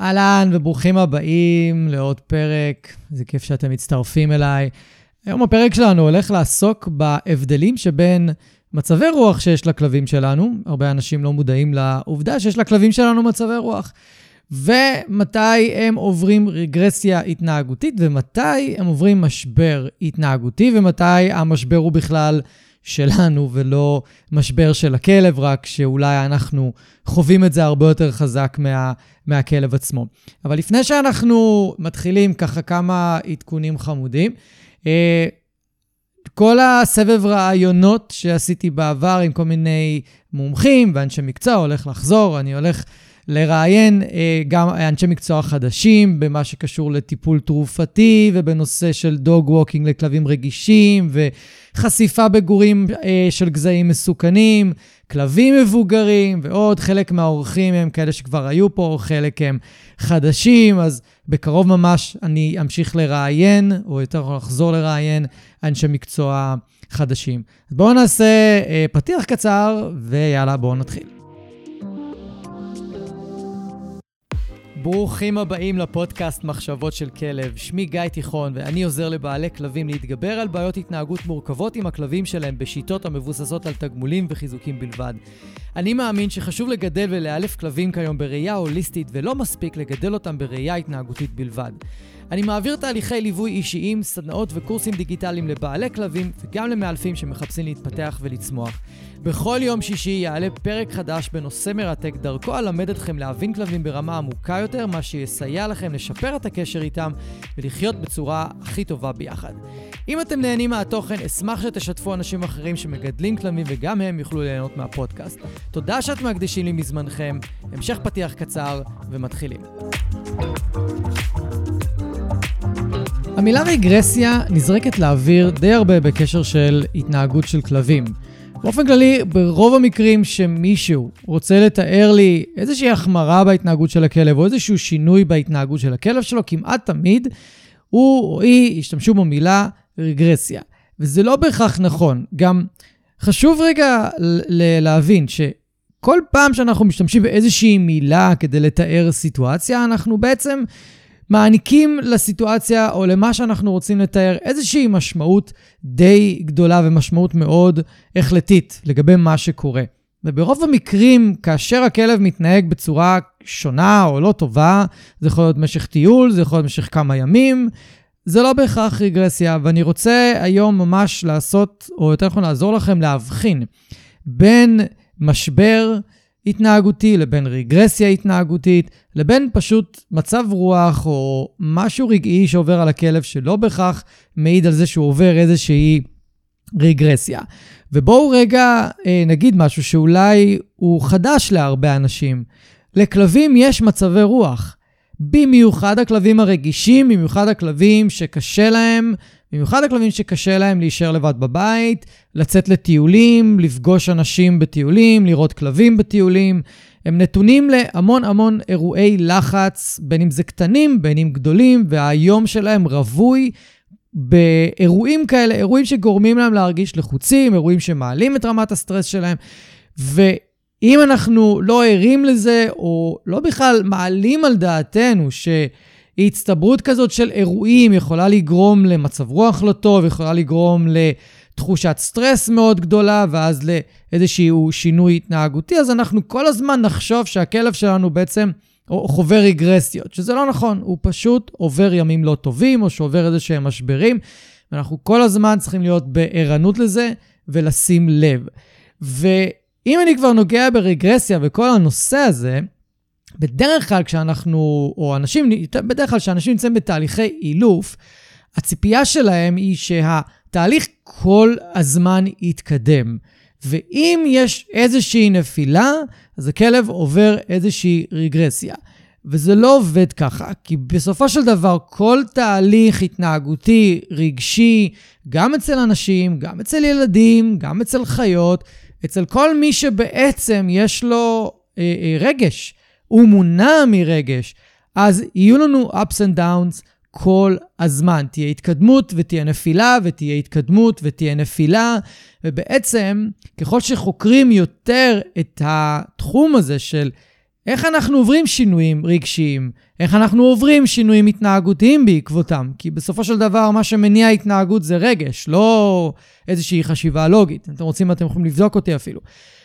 אהלן וברוכים הבאים לעוד פרק, זה כיף שאתם מצטרפים אליי. היום הפרק שלנו הולך לעסוק בהבדלים שבין מצבי רוח שיש לכלבים שלנו, הרבה אנשים לא מודעים לעובדה שיש לכלבים שלנו מצבי רוח, ומתי הם עוברים רגרסיה התנהגותית, ומתי הם עוברים משבר התנהגותי, ומתי המשבר הוא בכלל שלנו ולא משבר של הכלב, רק שאולי אנחנו חווים את זה הרבה יותר חזק מהכלב עצמו. אבל לפני שאנחנו מתחילים ככה כמה עדכונים חמודים, כל הסבב רעיונות שעשיתי בעבר עם כל מיני מומחים ואנשי מקצוע הולך לחזור, אני הולך לראיין גם אנשי מקצוע חדשים במה שקשור לטיפול תרופתי ובנושא של דוג ווקינג לכלבים רגישים וחשיפה בגורים של גזעים מסוכנים, כלבים מבוגרים ועוד. חלק מהאורחים הם כאלה שכבר היו פה, חלק הם חדשים, אז בקרוב ממש אני אמשיך לראיין או יותר לחזור לראיין אנשי מקצוע חדשים. אז בואו נעשה פתיח קצר ויאללה בואו נתחיל. ברוכים הבאים לפודקאסט מחשבות של כלב. שמי גיא תיכון ואני עוזר לבעלי כלבים להתגבר על בעיות התנהגות מורכבות עם הכלבים שלהם בשיטות המבוססות על תגמולים וחיזוקים בלבד. אני מאמין שחשוב לגדל ולאלף כלבים כיום בראייה הוליסטית ולא מספיק לגדל אותם בראייה התנהגותית בלבד. אני מעביר תהליכי ליווי אישיים, סדנאות וקורסים דיגיטליים לבעלי כלבים וגם למאלפים שמחפשים להתפתח ולצמוח. בכל יום שישי יעלה פרק חדש בנושא מרתק, דרכו אלמד אתכם להבין כלבים ברמה עמוקה יותר, מה שיסייע לכם לשפר את הקשר איתם ולחיות בצורה הכי טובה ביחד. אם אתם נהנים מהתוכן, אשמח שתשתפו אנשים אחרים שמגדלים כלבים וגם הם יוכלו ליהנות מהפודקאסט. תודה שאתם מקדישים לי מזמנכם, המשך פתיח קצר ומתחילים. המילה רגרסיה נזרקת לאוויר די הרבה בקשר של התנהגות של כלבים. באופן כללי, ברוב המקרים שמישהו רוצה לתאר לי איזושהי החמרה בהתנהגות של הכלב או איזשהו שינוי בהתנהגות של הכלב שלו, כמעט תמיד הוא או היא ישתמשו במילה רגרסיה. וזה לא בהכרח נכון. גם חשוב רגע להבין שכל פעם שאנחנו משתמשים באיזושהי מילה כדי לתאר סיטואציה, אנחנו בעצם מעניקים לסיטואציה או למה שאנחנו רוצים לתאר איזושהי משמעות די גדולה ומשמעות מאוד החלטית לגבי מה שקורה. וברוב המקרים, כאשר הכלב מתנהג בצורה שונה או לא טובה, זה יכול להיות משך טיול, זה יכול להיות משך כמה ימים, זה לא בהכרח רגרסיה, ואני רוצה היום ממש לעשות, או יותר נכון לעזור לכם להבחין בין משבר התנהגותי לבין רגרסיה התנהגותית, לבין פשוט מצב רוח או משהו רגעי שעובר על הכלב שלא בכך מעיד על זה שהוא עובר איזושהי רגרסיה. ובואו רגע נגיד משהו שאולי הוא חדש להרבה אנשים. לכלבים יש מצבי רוח. במיוחד הכלבים הרגישים, במיוחד הכלבים שקשה להם להישאר לבד בבית, לצאת לטיולים, לפגוש אנשים בטיולים, לראות כלבים בטיולים. הם נתונים להמון אירועי לחץ, בין אם זה קטנים, בין אם גדולים, והיום שלהם רווי באירועים כאלה, אירועים שגורמים להם להרגיש לחוצים, אירועים שמעלים את רמת הסטרס שלהם, ואם אנחנו לא ערים לזה, או לא בכלל מעלים על דעתנו שהצטברות כזאת של אירועים יכולה לגרום למצב רוח לא טוב, יכולה לגרום לתחושת סטרס מאוד גדולה, ואז לאיזשהו שינוי התנהגותי, אז אנחנו כל הזמן נחשוב שהכלב שלנו בעצם חובר רגרסיות, שזה לא נכון, הוא פשוט עובר ימים לא טובים, או שעובר איזשהם משברים, ואנחנו כל הזמן צריכים להיות בערנות לזה, ולשים לב. ואם אני כבר נוגע ברגרסיה וכל הנושא הזה, בדרך כלל כשאנשים נמצאים בתהליכי אילוף, הציפייה שלהם היא שהתהליך כל הזמן יתקדם. ואם יש איזושהי נפילה, אז הכלב עובר איזושהי רגרסיה. וזה לא עובד ככה, כי בסופו של דבר כל תהליך התנהגותי, רגשי, גם אצל אנשים, גם אצל ילדים, גם אצל חיות, אצל כל מי שבעצם יש לו רגש, הוא מונע מרגש, אז יהיו לנו ups and downs כל הזמן. תהיה התקדמות ותהיה נפילה, ותהיה התקדמות ותהיה נפילה, ובעצם ככל שחוקרים יותר את התחום הזה של איך אנחנו עוברים שינויים רגשיים, איך אנחנו עוברים שינויים התנהגותיים בעקבותם, כי בסופו של דבר מה שמניע התנהגות זה רגש, לא איזושהי חשיבה לוגית. אתם רוצים, אתם יכולים לבדוק אותי אפילו.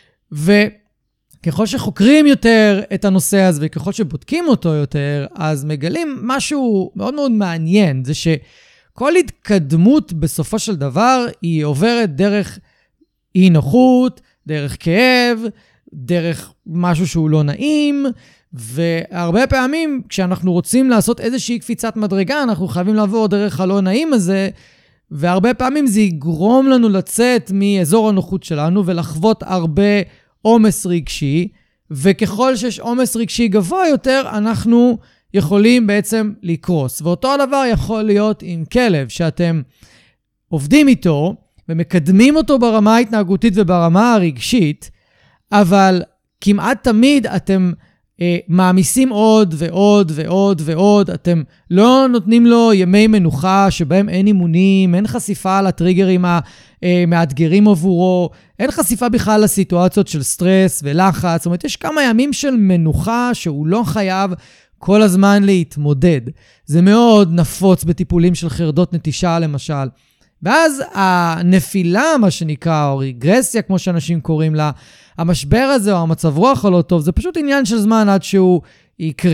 וככל שחוקרים יותר את הנושא הזה, וככל שבודקים אותו יותר, אז מגלים משהו מאוד מאוד מעניין, זה שכל התקדמות בסופו של דבר היא עוברת דרך אי נוחות, דרך כאב, דרך משהו שהוא לא נעים, והרבה פעמים כשאנחנו רוצים לעשות איזושהי קפיצת מדרגה, אנחנו חייבים לעבור דרך הלא נעים הזה, והרבה פעמים זה יגרום לנו לצאת מאזור הנוחות שלנו, ולחוות הרבה עומס רגשי, וככל שיש עומס רגשי גבוה יותר, אנחנו יכולים בעצם לקרוס. ואותו הדבר יכול להיות עם כלב, שאתם עובדים איתו, ומקדמים אותו ברמה ההתנהגותית וברמה הרגשית, אבל כמעט תמיד אתם מעמיסים עוד ועוד ועוד ועוד, אתם לא נותנים לו ימי מנוחה שבהם אין אימונים, אין חשיפה לטריגרים המאתגרים עבורו, אין חשיפה בכלל לסיטואציות של סטרס ולחץ, זאת אומרת יש כמה ימים של מנוחה שהוא לא חייב כל הזמן להתמודד. זה מאוד נפוץ בטיפולים של חרדות נטישה למשל. ואז הנפילה, מה שנקרא, או רגרסיה, כמו שאנשים קוראים לה, המשבר הזה או המצב רוח הלא טוב, זה פשוט עניין של זמן עד שהוא יקרה.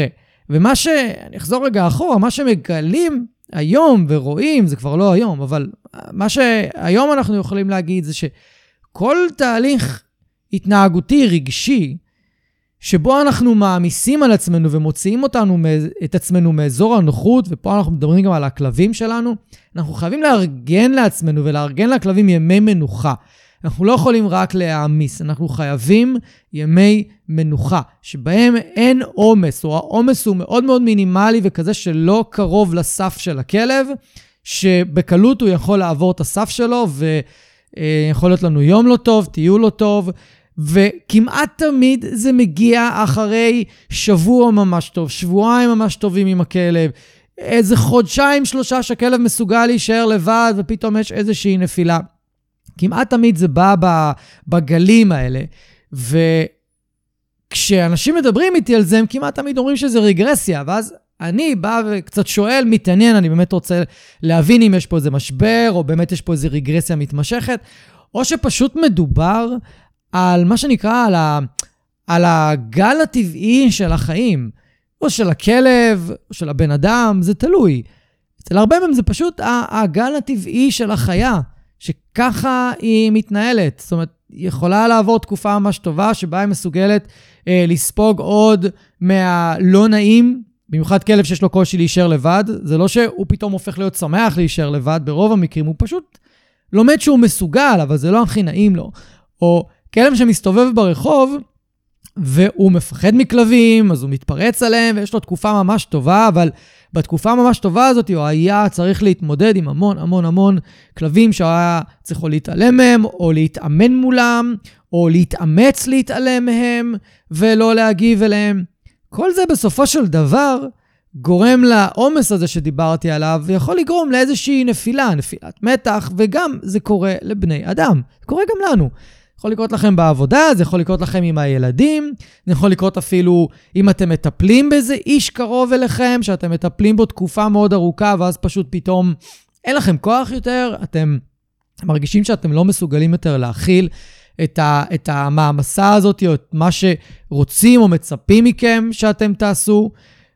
אני אחזור רגע אחורה, מה שמגלים היום ורואים, זה כבר לא היום, אבל מה שהיום אנחנו יכולים להגיד זה שכל תהליך התנהגותי רגשי, שבו אנחנו מעמיסים על עצמנו ומוציאים את עצמנו מאזור הנוחות, ופה אנחנו מדברים גם על הכלבים שלנו, אנחנו חייבים לארגן לעצמנו ולארגן לכלבים ימי מנוחה. אנחנו לא יכולים רק להעמיס, אנחנו חייבים ימי מנוחה, שבהם אין עומס, או העומס הוא מאוד מאוד מינימלי וכזה שלא קרוב לסף של הכלב, שבקלות הוא יכול לעבור את הסף שלו, ויכול להיות לנו יום לא טוב, טיול לא טוב, וכמעט תמיד זה מגיע אחרי שבוע ממש טוב, שבועיים ממש טובים עם הכלב, איזה חודשיים, 3 שהכלב מסוגל להישאר לבד, ופתאום יש איזושהי נפילה. כמעט תמיד זה בא בגלים האלה, וכשאנשים מדברים איתי על זה, הם כמעט תמיד אומרים שזה רגרסיה, ואז אני בא וקצת שואל, מתעניין, אני באמת רוצה להבין אם יש פה איזה משבר, או באמת יש פה איזה רגרסיה מתמשכת, או שפשוט מדובר על מה שנקרא, על הגל הטבעי של החיים, או של הכלב, או של הבן אדם, זה תלוי. אצל הרבה מהם זה פשוט הגל הטבעי של החיה, שככה היא מתנהלת. זאת אומרת, היא יכולה לעבור תקופה ממש טובה, שבה היא מסוגלת לספוג עוד מהלא נעים, במיוחד כלב שיש לו קושי להישאר לבד. זה לא שהוא פתאום הופך להיות שמח להישאר לבד, ברוב המקרים הוא פשוט לומד שהוא מסוגל, אבל זה לא הכי נעים לו. או כלב שמסתובב ברחוב, והוא מפחד מכלבים, אז הוא מתפרץ עליהם, ויש לו תקופה ממש טובה, אבל בתקופה ממש טובה הזאת, הוא היה צריך להתמודד עם המון המון המון כלבים שהיה צריך או להתעלם מהם, או להתאמן מולם, או להתאמץ להתעלם מהם, ולא להגיב אליהם. כל זה בסופו של דבר גורם לעומס הזה שדיברתי עליו, ויכול לגרום לאיזושהי נפילת מתח, וגם זה קורה לבני אדם. זה קורה גם לנו. יכול לקרות לכם בעבודה, זה יכול לקרות לכם עם הילדים, זה יכול לקרות אפילו אם אתם מטפלים באיזה איש קרוב אליכם, שאתם מטפלים בו תקופה מאוד ארוכה, ואז פשוט פתאום אין לכם כוח יותר, אתם מרגישים שאתם לא מסוגלים יותר להכיל את המעמסה הזאת, או את מה שרוצים או מצפים מכם שאתם תעשו.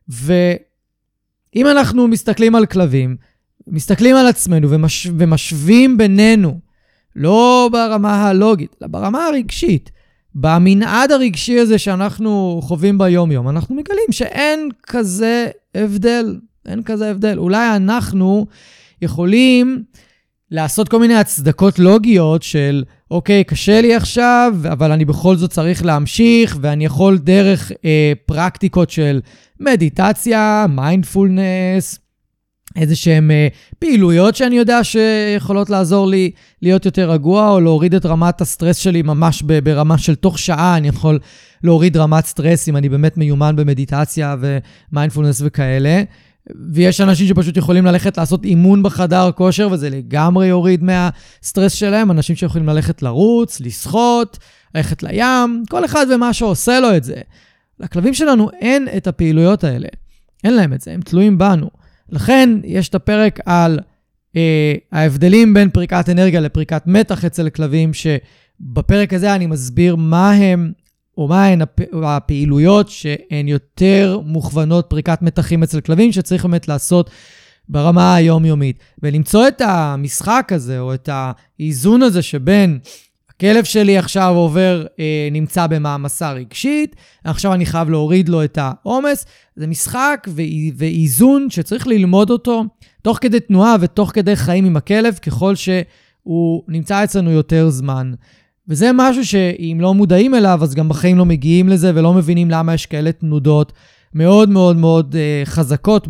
ואם אנחנו מסתכלים על כלבים, מסתכלים על עצמנו ומשווים בינינו, לא ברמה הלוגית, אלא ברמה הרגשית, במנעד הרגשי הזה שאנחנו חווים ביום יום, אנחנו מגלים שאין כזה הבדל, אין כזה הבדל. אולי אנחנו יכולים לעשות כל מיני הצדקות לוגיות של, אוקיי, קשה לי עכשיו, אבל אני בכל זאת צריך להמשיך, ואני יכול דרך פרקטיקות של מדיטציה, מיינדפולנס, איזה שהן פעילויות שאני יודע שיכולות לעזור לי להיות יותר רגוע, או להוריד את רמת הסטרס שלי ממש ברמה של תוך שעה, אני יכול להוריד רמת סטרס אם אני באמת מיומן במדיטציה ומיינדפולנס וכאלה. ויש אנשים שפשוט יכולים ללכת לעשות אימון בחדר כושר, וזה לגמרי יוריד מהסטרס שלהם. אנשים שיכולים ללכת לרוץ, לשחות, ללכת לים, כל אחד ומה שעושה לו את זה. לכלבים שלנו אין את הפעילויות האלה. אין להם את זה, הם תלויים בנו. לכן יש את הפרק על ההבדלים בין פריקת אנרגיה לפריקת מתח אצל כלבים, שבפרק הזה אני מסביר מה הם או מה הן הפעילויות שהן יותר מוכוונות פריקת מתחים אצל כלבים, שצריך באמת לעשות ברמה היומיומית. ולמצוא את המשחק הזה, או את האיזון הזה שבין הכלב שלי עכשיו נמצא במעמסה רגשית, עכשיו אני חייב להוריד לו את העומס, זה משחק ואיזון שצריך ללמוד אותו, תוך כדי תנועה ותוך כדי חיים עם הכלב, ככל שהוא נמצא אצלנו יותר זמן. וזה משהו שאם לא מודעים אליו, אז גם בחיים לא מגיעים לזה, ולא מבינים למה יש כאלה תנודות מאוד מאוד מאוד חזקות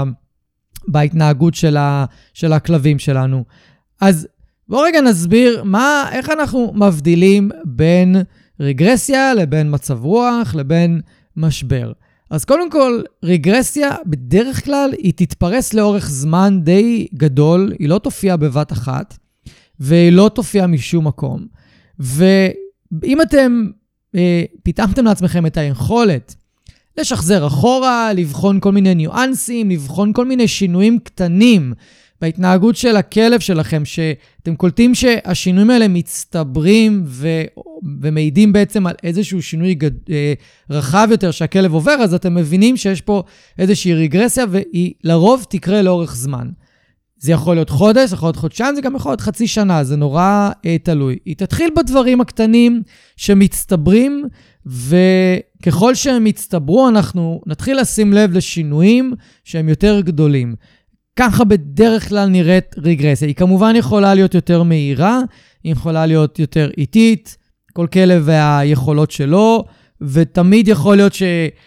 בהתנהגות של הכלבים שלנו. אז בואו רגע נסביר איך אנחנו מבדילים בין רגרסיה לבין מצב רוח לבין משבר. אז קודם כל, רגרסיה בדרך כלל היא תתפרס לאורך זמן די גדול, היא לא תופיע בבת אחת, והיא לא תופיע משום מקום. ואם אתם פיתחתם לעצמכם את היכולת לשחזר אחורה, לבחון כל מיני ניואנסים, לבחון כל מיני שינויים קטנים בהתנהגות של הכלב שלכם, שאתם קולטים שהשינויים האלה מצטברים ומעידים בעצם על איזשהו שינוי רחב יותר שהכלב עובר, אז אתם מבינים שיש פה איזושהי רגרסיה, והיא לרוב תקרה לאורך זמן. זה יכול להיות חודש, יכול להיות חודשיים, זה גם יכול להיות חצי שנה, זה נורא תלוי. היא תתחיל בדברים הקטנים שמצטברים, וככל שהם מצטברו, אנחנו נתחיל לשים לב לשינויים שהם יותר גדולים. ככה בדרך כלל נראית רגרסיה. היא כמובן יכולה להיות יותר מהירה, היא יכולה להיות יותר איטית, כל כלב והיכולות שלו, ותמיד יכול להיות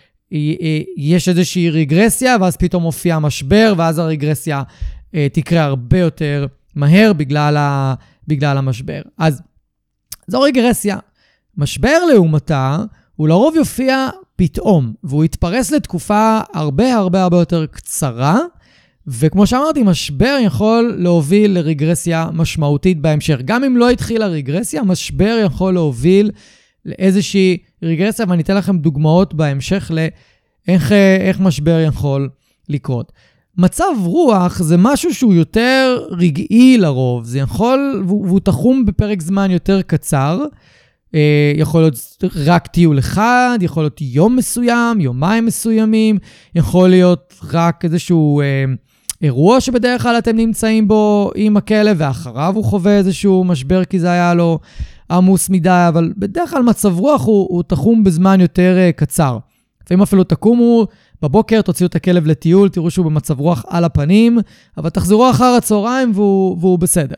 שיש איזושהי רגרסיה, ואז פתאום מופיע משבר, ואז הרגרסיה תקרה הרבה יותר מהר בגלל המשבר. אז זו רגרסיה. משבר לעומתה, הוא לרוב יופיע פתאום, והוא יתפרס לתקופה הרבה יותר קצרה, וכמו שאמרתי, משבר יכול להוביל לרגרסיה משמעותית בהמשך. גם אם לא התחילה רגרסיה, משבר יכול להוביל לאיזושהי רגרסיה, ואני אתן לכם דוגמאות בהמשך לאיך משבר יכול לקרות. מצב רוח זה משהו שהוא יותר רגעי לרוב, זה יכול, והוא תחום בפרק זמן יותר קצר, יכול להיות רק טיול אחד, יכול להיות יום מסוים, יומיים מסוימים, יכול להיות רק איזשהו אירוע שבדרך כלל אתם נמצאים בו עם הכלב, ואחריו הוא חווה איזשהו משבר כי זה היה לו עמוס מדי, אבל בדרך כלל מצב רוח הוא תחום בזמן יותר קצר. לפעמים אפילו תקומו בבוקר, תוציאו את הכלב לטיול, תראו שהוא במצב רוח על הפנים, אבל תחזרו אחר הצהריים והוא בסדר.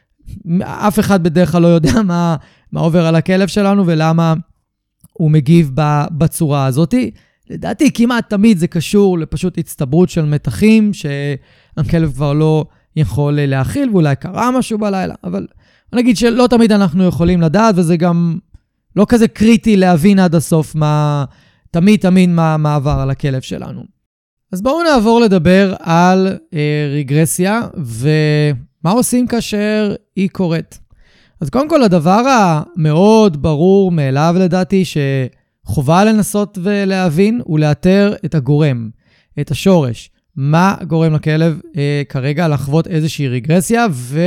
אף אחד בדרך כלל לא יודע מה עובר על הכלב שלנו ולמה הוא מגיב בצורה הזאת. לדעתי כמעט תמיד זה קשור לפשוט הצטברות של מתחים, שהכלב כבר לא יכול להכיל, ואולי קרה משהו בלילה, אבל נגיד שלא תמיד אנחנו יכולים לדעת, וזה גם לא כזה קריטי להבין עד הסוף תמיד מה עבר על הכלב שלנו. אז בואו נעבור לדבר על רגרסיה, ומה עושים כאשר היא קורית. אז קודם כל, הדבר המאוד ברור מאליו לדעתי, שחובה לנסות ולהבין, ולאתר את הגורם, את השורש. מה גורם לכלב כרגע לחוות איזושהי רגרסיה,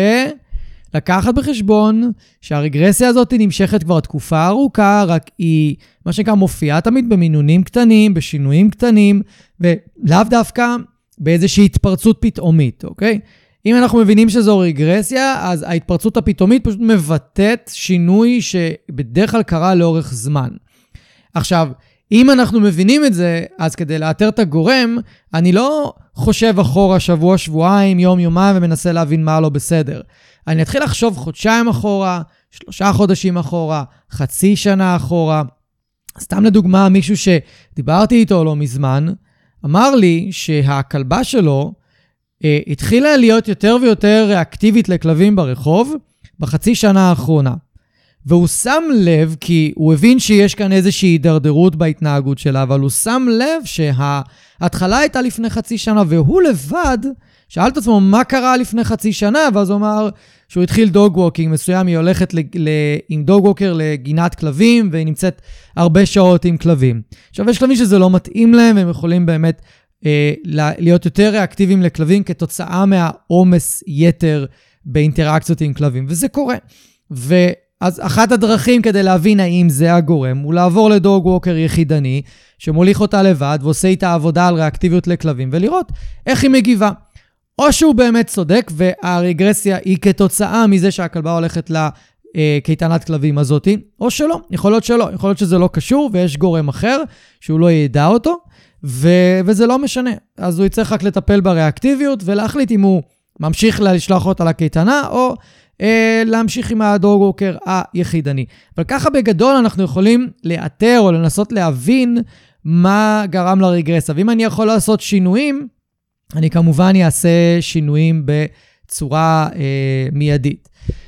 ולקחת בחשבון שהרגרסיה הזאת נמשכת כבר תקופה ארוכה, רק היא מה שנקרא מופיעה תמיד במינונים קטנים, בשינויים קטנים, ולאו דווקא באיזושהי התפרצות פתאומית, אוקיי? אם אנחנו מבינים שזו רגרסיה, אז ההתפרצות הפתאומית פשוט מבטאת שינוי שבדרך כלל קרה לאורך זמן. עכשיו, אם אנחנו מבינים את זה, אז כדי לאתר את הגורם, אני לא חושב אחורה שבוע, שבועיים, יום, יומיים, ומנסה להבין מה לא בסדר. אני אתחיל לחשוב חודשיים אחורה, 3 חודשים אחורה, חצי שנה אחורה. סתם לדוגמה, מישהו שדיברתי איתו לא מזמן, אמר לי שהכלבה שלו התחילה להיות יותר ויותר ריאקטיבית לכלבים ברחוב בחצי שנה האחרונה. והוא שם לב, כי הוא הבין שיש כאן איזושהי הידרדרות בהתנהגות שלה, אבל הוא שם לב שההתחלה הייתה לפני חצי שנה, והוא לבד שאל את עצמו מה קרה לפני חצי שנה, ואז הוא אמר שהוא התחיל דוג ווקינג מסוים, היא הולכת עם דוג ווקר לגינת כלבים, והיא נמצאת הרבה שעות עם כלבים. עכשיו, יש כלבים שזה לא מתאים להם, והם יכולים באמת להיות יותר ריאקטיביים לכלבים, כתוצאה מהעומס יתר באינטראקציות עם כלבים, וזה קורה. אז אחת הדרכים כדי להבין האם זה הגורם, הוא לעבור לדוג ווקר יחידני, שמוליך אותה לבד, ועושה איתה עבודה על ריאקטיביות לכלבים, ולראות איך היא מגיבה. או שהוא באמת צודק, והרגרסיה היא כתוצאה מזה שהכלבה הולכת לקייטנת כלבים הזאת, או שלא, יכול להיות שלא, יכול להיות שזה לא קשור, ויש גורם אחר, שהוא לא ידע אותו, וזה לא משנה. אז הוא יצטרך רק לטפל בריאקטיביות, ולהחליט אם הוא ממשיך לשלוח אותה לקייטנה, או להמשיך עם הדוג ווקר היחידני. אבל ככה בגדול אנחנו יכולים לאתר, או לנסות להבין מה גרם לרגרסיה. ואם אני יכול לעשות שינויים, אני כמובן אעשה שינויים בצורה מיידית.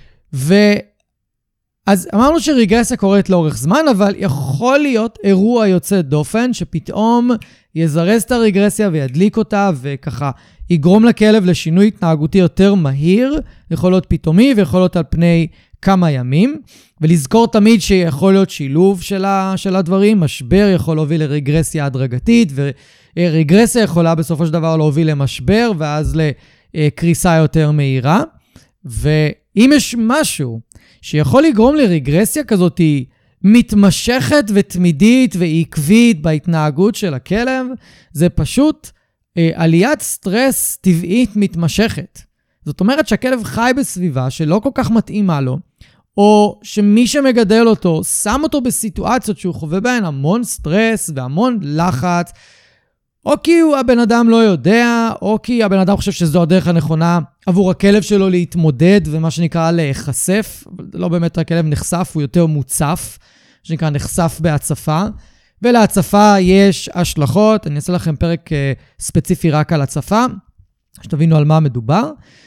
אז אמרנו שרגרסיה קורית לאורך זמן, אבל יכול להיות אירוע יוצא דופן, שפתאום יזרז את הרגרסיה וידליק אותה, וככה יגרום לכלב לשינוי התנהגותי יותר מהיר, יכול להיות פתאומי ויכול להיות על פני כמה ימים, ולזכור תמיד שיכול להיות שילוב של הדברים, משבר יכול להוביל לרגרסיה הדרגתית, ורגרסיה יכולה בסופו של דבר להוביל למשבר, ואז לקריסה יותר מהירה. ואם יש משהו שיכול לגרום לרגרסיה כזאת מתמשכת ותמידית ועקבית בהתנהגות של הכלב, זה פשוט עליית סטרס טבעית מתמשכת. זאת אומרת שהכלב חי בסביבה שלא כל כך מתאימה לו, או שמי שמגדל אותו שם אותו בסיטואציות שהוא חווה בהן המון סטרס והמון לחץ, או כי הבן אדם לא יודע, או כי הבן אדם חושב שזו הדרך הנכונה עבור הכלב שלו להתמודד, ומה שנקרא להיחשף. לא באמת הכלב נחשף, הוא יותר מוצף, שנקרא נחשף בהצפה. ולהצפה יש השלכות, אני אעשה לכם פרק ספציפי רק על הצפה, שתבינו על מה מדובר.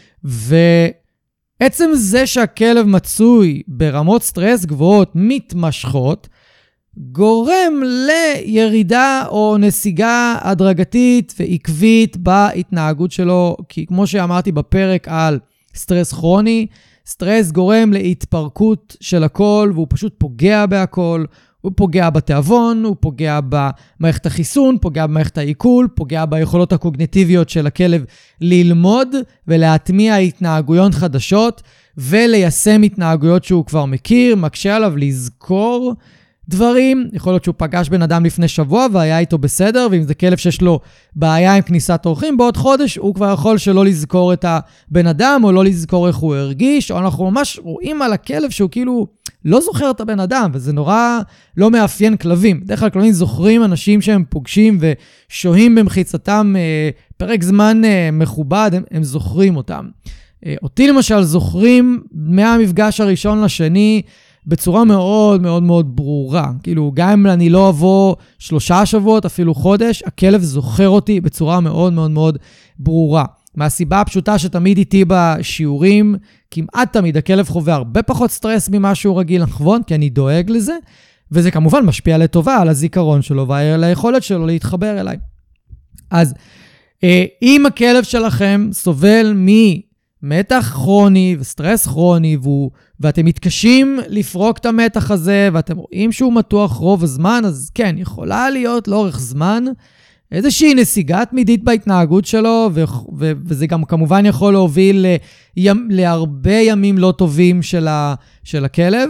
ועצם זה שהכלב מצוי ברמות סטרס גבוהות מתמשכות, גורם לירידה או נסיגה הדרגתית ועקבית בהתנהגות שלו, כי כמו שאמרתי בפרק על סטרס כרוני, סטרס גורם להתפרקות של הכל, והוא פשוט פוגע בהכל, הוא פוגע בתיאבון, הוא פוגע במערכת החיסון, פוגע במערכת העיכול, פוגע ביכולות הקוגניטיביות של הכלב ללמוד ולהטמיע התנהגויות חדשות, וליישם התנהגויות שהוא כבר מכיר, מקשה עליו לזכור דברים. יכול להיות שהוא פגש בן אדם לפני שבוע והיה איתו בסדר, ואם זה כלב שיש לו בעיה עם כניסת אורחים, בעוד חודש הוא כבר יכול שלא לזכור את הבן אדם, או לא לזכור איך הוא הרגיש, או אנחנו ממש רואים על הכלב שהוא כאילו לא זוכר את הבן אדם, וזה נורא לא מאפיין כלבים. בדרך כלל כלבים זוכרים אנשים שהם פוגשים ושוהים במחיצתם פרק זמן מכובד, הם זוכרים אותם. אותי למשל זוכרים מהמפגש הראשון לשני, בצורה מאוד מאוד מאוד ברורה. כאילו, גם אם אני לא אבוא 3 שבועות, אפילו חודש, הכלב זוכר אותי בצורה מאוד מאוד מאוד ברורה. מהסיבה הפשוטה שתמיד איתי בשיעורים, כמעט תמיד הכלב חווה הרבה פחות סטרס ממה שהוא רגיל לחוות, כי אני דואג לזה, וזה כמובן משפיע לטובה על הזיכרון שלו ועל היכולת שלו להתחבר אליי. אז אם הכלב שלכם סובל מתח כרוני וסטרס כרוני, ואתם מתקשים לפרוק את המתח הזה, ואתם רואים שהוא מתוח רוב הזמן, אז כן, יכולה להיות לאורך זמן איזושהי נסיגה תמידית בהתנהגות שלו, וזה גם כמובן יכול להוביל להרבה ימים לא טובים של הכלב,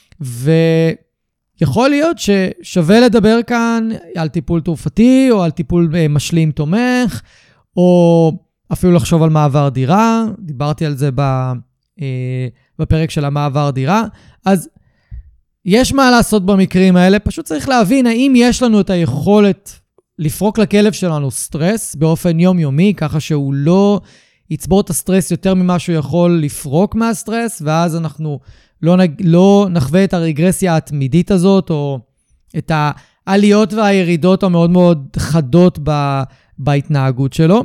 ויכול להיות ששווה לדבר כאן על טיפול תרופתי, או על טיפול משלים תומך, או אפילו לחשוב על מעבר דירה. דיברתי על זה בפרק של המעבר דירה. אז יש מה לעשות במקרים האלה, פשוט צריך להבין האם יש לנו את היכולת לפרוק לכלב שלנו סטרס באופן יומיומי, ככה שהוא לא יצבור את הסטרס יותר ממה שהוא יכול לפרוק מהסטרס, ואז אנחנו לא נחווה את הרגרסיה התמידית הזאת, או את העליות והירידות המאוד מאוד חדות בהתנהגות שלו.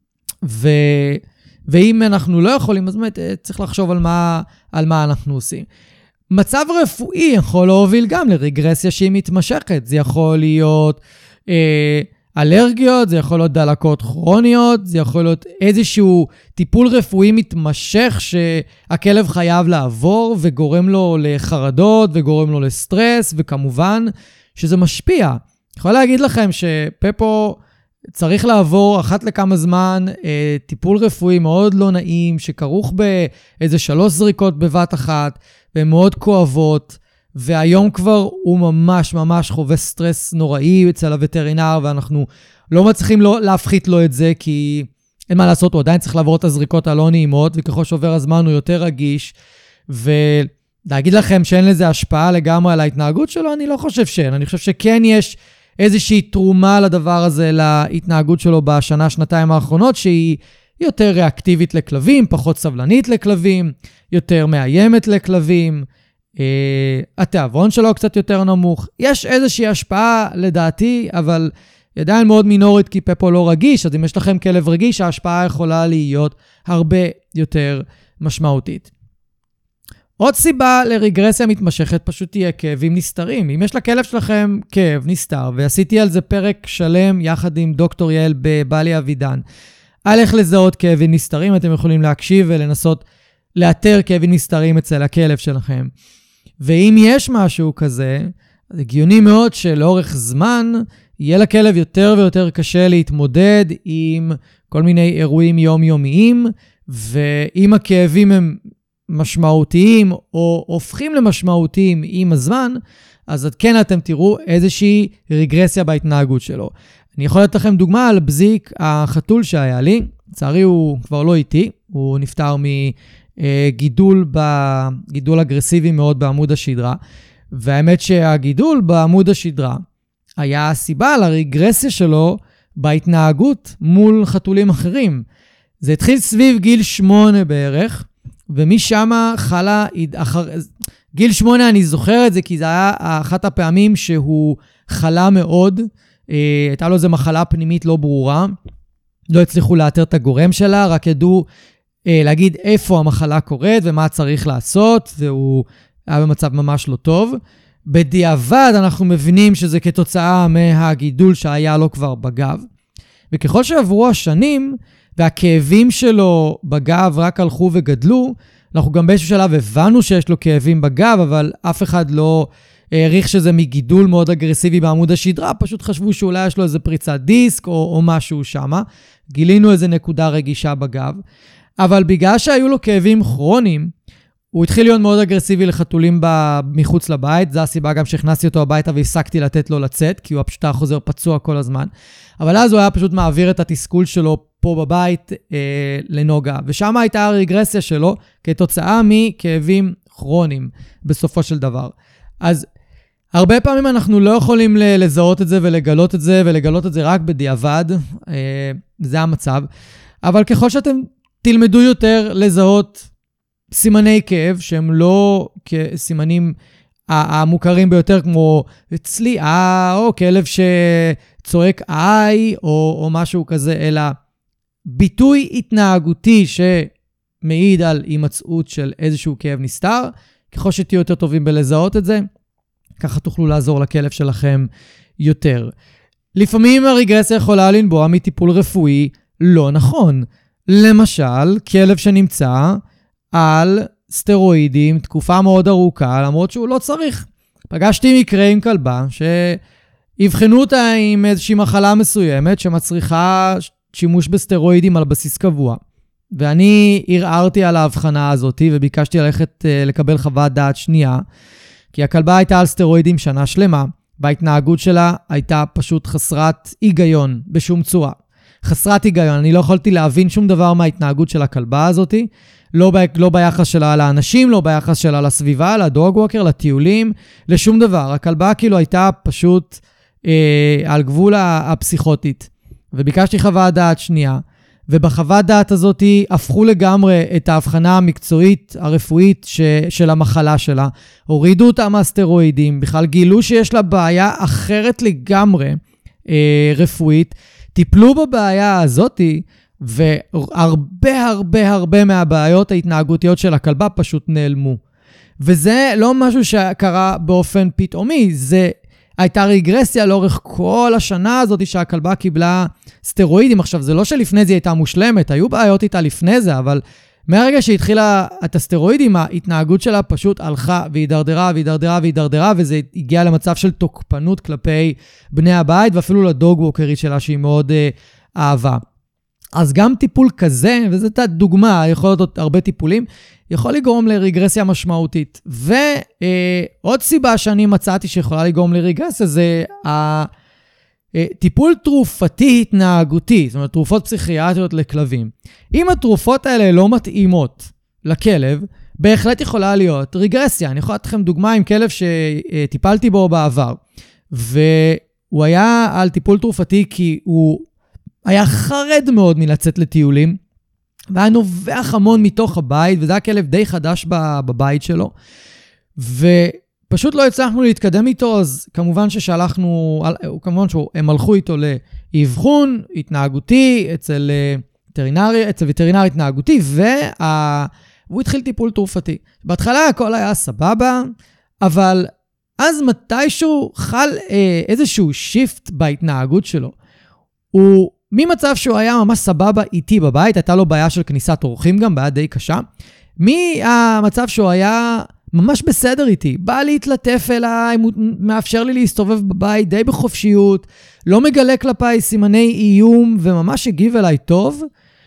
ואם אנחנו לא יכולים, אז באמת צריך לחשוב על מה אנחנו עושים. מצב רפואי יכול להוביל גם לרגרסיה שהיא מתמשכת. זה יכול להיות אלרגיות, זה יכול להיות דלקות כרוניות, זה יכול להיות איזשהו טיפול רפואי מתמשך שהכלב חייב לעבור וגורם לו לחרדות וגורם לו לסטרס, וכמובן שזה משפיע. יכול להגיד לכם שפפו צריך לעבור אחת לכמה זמן טיפול רפואי מאוד לא נעים, שכרוך באיזה 3 זריקות בבת אחת, והן מאוד כואבות, והיום כבר הוא ממש ממש חווה סטרס נוראי אצל הווטרינר, ואנחנו לא מצליחים להפחית לו את זה, כי אין מה לעשות, הוא עדיין צריך לעבור את הזריקות הלא נעימות, וככל שעובר הזמן הוא יותר רגיש, ולהגיד לכם שאין לזה השפעה לגמרי על ההתנהגות שלו, אני לא חושב שאין. אני חושב שכן יש איזושהי תרומה לדבר הזה, להתנהגות שלו בשנה, שנתיים האחרונות, שהיא יותר ריאקטיבית לכלבים, פחות סבלנית לכלבים, יותר מאיימת לכלבים, התיאבון שלו קצת יותר נמוך. יש איזושהי השפעה לדעתי, אבל עדיין מאוד מינורית, כי פפו לא רגיש, אז אם יש לכם כלב רגיש, ההשפעה יכולה להיות הרבה יותר משמעותית. עוד סיבה לרגרסיה מתמשכת פשוט תהיה כאבים נסתרים. אם יש לכלב שלכם כאב נסתר, ועשיתי על זה פרק שלם יחד עם דוקטור יעל בבעלי אבידן, על איך לזהות כאבים נסתרים, אתם יכולים להקשיב ולנסות לאתר כאבים נסתרים אצל הכלב שלכם. ואם יש משהו כזה, זה הגיוני מאוד שלאורך זמן יהיה לכלב יותר ויותר קשה להתמודד עם כל מיני אירועים יומיומיים, ואם הכאבים הם משמעותיים או הופכים למשמעותיים עם הזמן, אז כן אתם תראו איזושהי רגרסיה בהתנהגות שלו. אני יכול לתת לכם דוגמה על בזיק, החתול שהיה לי. לצערי הוא כבר לא איתי, הוא נפטר גידול אגרסיבי מאוד בעמוד השדרה, והאמת שהגידול בעמוד השדרה היה הסיבה לרגרסיה שלו בהתנהגות מול חתולים אחרים. זה התחיל סביב גיל 8 בערך, ומשם חלה, גיל 8 אני זוכר את זה, כי זה היה אחת הפעמים שהוא חלה מאוד, הייתה לו איזו מחלה פנימית לא ברורה, לא הצליחו לאתר את הגורם שלה, רק ידעו להגיד איפה המחלה קורית ומה צריך לעשות, והוא היה במצב ממש לא טוב. בדיעבד אנחנו מבינים שזה כתוצאה מהגידול שהיה לו כבר בגב, וככל שעברו השנים והכאבים שלו בגב רק הלכו וגדלו, אנחנו גם באיזשהו שלב הבנו שיש לו כאבים בגב, אבל אף אחד לא העריך שזה מגידול מאוד אגרסיבי בעמוד השדרה, פשוט חשבו שאולי יש לו איזה פריצת דיסק או משהו שמה, גילינו איזה נקודה רגישה בגב, אבל בגלל שהיו לו כאבים כרוניים, הוא התחיל להיות מאוד אגרסיבי לחתולים מחוץ לבית, זו הסיבה גם שהכנסתי אותו הביתה והפסקתי לתת לו לצאת, כי הוא פשוט היה חוזר פצוע כל הזמן, אבל אז הוא היה פשוט מעביר את התסכול שלו פה בבית לנוגה, ושם הייתה הרגרסיה שלו כתוצאה מכאבים כרוניים בסופו של דבר. אז הרבה פעמים אנחנו לא יכולים לזהות את זה ולגלות את זה, ולגלות את זה רק בדיעבד, זה המצב. אבל ככל שאתם תלמדו יותר לזהות סימני כאב, שהם לא כסימנים המוכרים ביותר, כמו צליעה, או כלב שצועק איי, או משהו כזה, אלא ביטוי התנהגותי שמעיד על הימצאות של איזשהו כאב נסתר, ככל שתהיו יותר טובים בלזהות את זה, ככה תוכלו לעזור לכלב שלכם יותר. לפעמים הרגרסיה יכולה לנבוע מטיפול רפואי לא נכון. למשל, כלב שנמצא על סטרואידים תקופה מאוד ארוכה, למרות שהוא לא צריך. פגשתי מקרה עם כלבה שהבחנו אותה עם איזושהי מחלה מסוימת שמצריכה שימוש בסטרואידים על בסיס קבוע. ואני ערערתי על ההבחנה הזאת וביקשתי ללכת לקבל חוות דעת שנייה, כי הכלבה הייתה על סטרואידים שנה שלמה, וההתנהגות שלה הייתה פשוט חסרת היגיון בשום צורה. חסרת היגיון, אני לא יכולתי להבין שום דבר מההתנהגות של הכלבה הזאת, לא ביחס שלה לאנשים, לא ביחס שלה לסביבה, לדוג ווקר, לטיולים, לשום דבר. הכלבה כאילו הייתה פשוט על גבול הפסיכוטית. וביקשתי חוות דעת שנייה, ובחוות דעת הזאת הפכו לגמרי את ההבחנה המקצועית הרפואית של המחלה שלה, הורידו אותה מהסטרואידים, בכלל גילו שיש לה בעיה אחרת לגמרי רפואית, טיפלו בבעיה הזאת, והרבה הרבה הרבה מהבעיות ההתנהגותיות של הכלבה פשוט נעלמו. וזה לא משהו שקרה באופן פתאומי, זה הייתה רגרסיה לאורך כל השנה הזאת שהכלבה קיבלה סטרואידים. עכשיו, זה לא שלפני זה הייתה מושלמת, היו בעיות איתה לפני זה, אבל מהרגע שהתחילה את הסטרואידים, ההתנהגות שלה פשוט הלכה והידרדרה והידרדרה והידרדרה, וזה הגיע למצב של תוקפנות כלפי בני הבית, ואפילו לדוג ווקרית שלה שהיא מאוד אהבה. אז גם טיפול כזה, וזאת דוגמה, יכול להיות עוד הרבה טיפולים, יכול לגרום לרגרסיה משמעותית. ועוד סיבה שאני מצאתי שיכולה לגרום לרגרסיה, זה טיפול תרופתי התנהגותי, זאת אומרת, תרופות פסיכיאטריות לכלבים. אם התרופות האלה לא מתאימות לכלב, בהחלט יכולה להיות רגרסיה. אני יכול לתת לכם דוגמה עם כלב שטיפלתי בו בעבר, והוא היה על טיפול תרופתי כי הוא היה חרד מאוד מלצאת לטיולים, והיה נובח המון מתוך הבית, וזה היה כלב די חדש בבית שלו, ופשוט לא הצלחנו להתקדם איתו, אז כמובן ששלחנו, כמובן שהם הלכו איתו לאבחון התנהגותי, אצל וטרינר התנהגותי, והוא התחיל טיפול תרופתי. בהתחלה הכל היה סבבה, אבל אז מתישהו חל איזשהו שיפט בהתנהגות שלו. הוא ממצב שהוא היה ממש סבבה איתי בבית, הייתה לו בעיה של כניסת אורחים גם, בעיה די קשה, מהמצב שהוא היה ממש בסדר איתי, בא להתלטף אליי, מאפשר לי להסתובב בבית די בחופשיות, לא מגלה כלפיי סימני איום, וממש הגיב אליי טוב,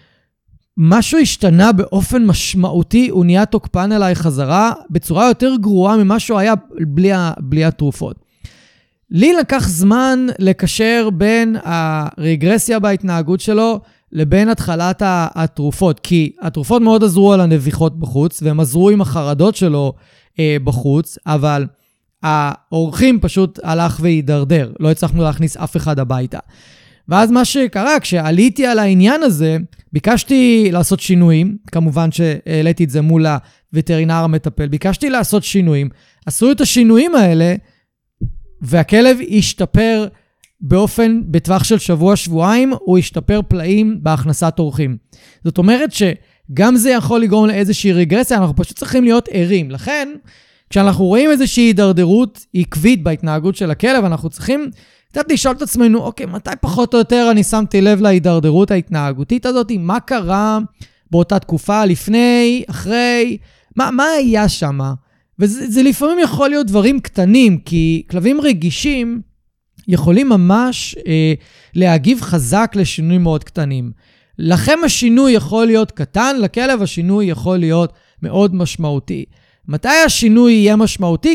משהו השתנה באופן משמעותי, הוא נהיה תוקפן אליי חזרה, בצורה יותר גרועה ממה שהוא היה בלי התרופות. לי לקח זמן לקשר בין הרגרסיה בהתנהגות שלו לבין התחלת התרופות, כי התרופות מאוד עזרו על הנביחות בחוץ, והם עזרו עם החרדות שלו בחוץ, אבל האורחים פשוט הלך והידרדר, לא הצלחנו להכניס אף אחד הביתה. ואז מה שקרה, כשעליתי על העניין הזה, ביקשתי לעשות שינויים, כמובן שהעליתי את זה מול הווטרינר המטפל, ביקשתי לעשות שינויים, עשו את השינויים האלה, והכלב ישתפר בטווח של שבוע-שבועיים, הוא ישתפר פלאים בהכנסת אורחים. זאת אומרת שגם זה יכול לגרום לאיזושהי רגרסיה, אנחנו פשוט צריכים להיות ערים. לכן, כשאנחנו רואים איזושהי הידרדרות עקבית בהתנהגות של הכלב, אנחנו צריכים קצת לשאול את עצמנו, אוקיי, מתי פחות או יותר אני שמתי לב להידרדרות ההתנהגותית הזאת? מה קרה באותה תקופה, לפני, אחרי? מה היה שם? וזה לפעמים יכול להיות דברים קטנים, כי כלבים רגישים יכולים ממש להגיב חזק לשינויים מאוד קטנים. לכם השינוי יכול להיות קטן, לכלב השינוי יכול להיות מאוד משמעותי. מתי השינוי יהיה משמעותי?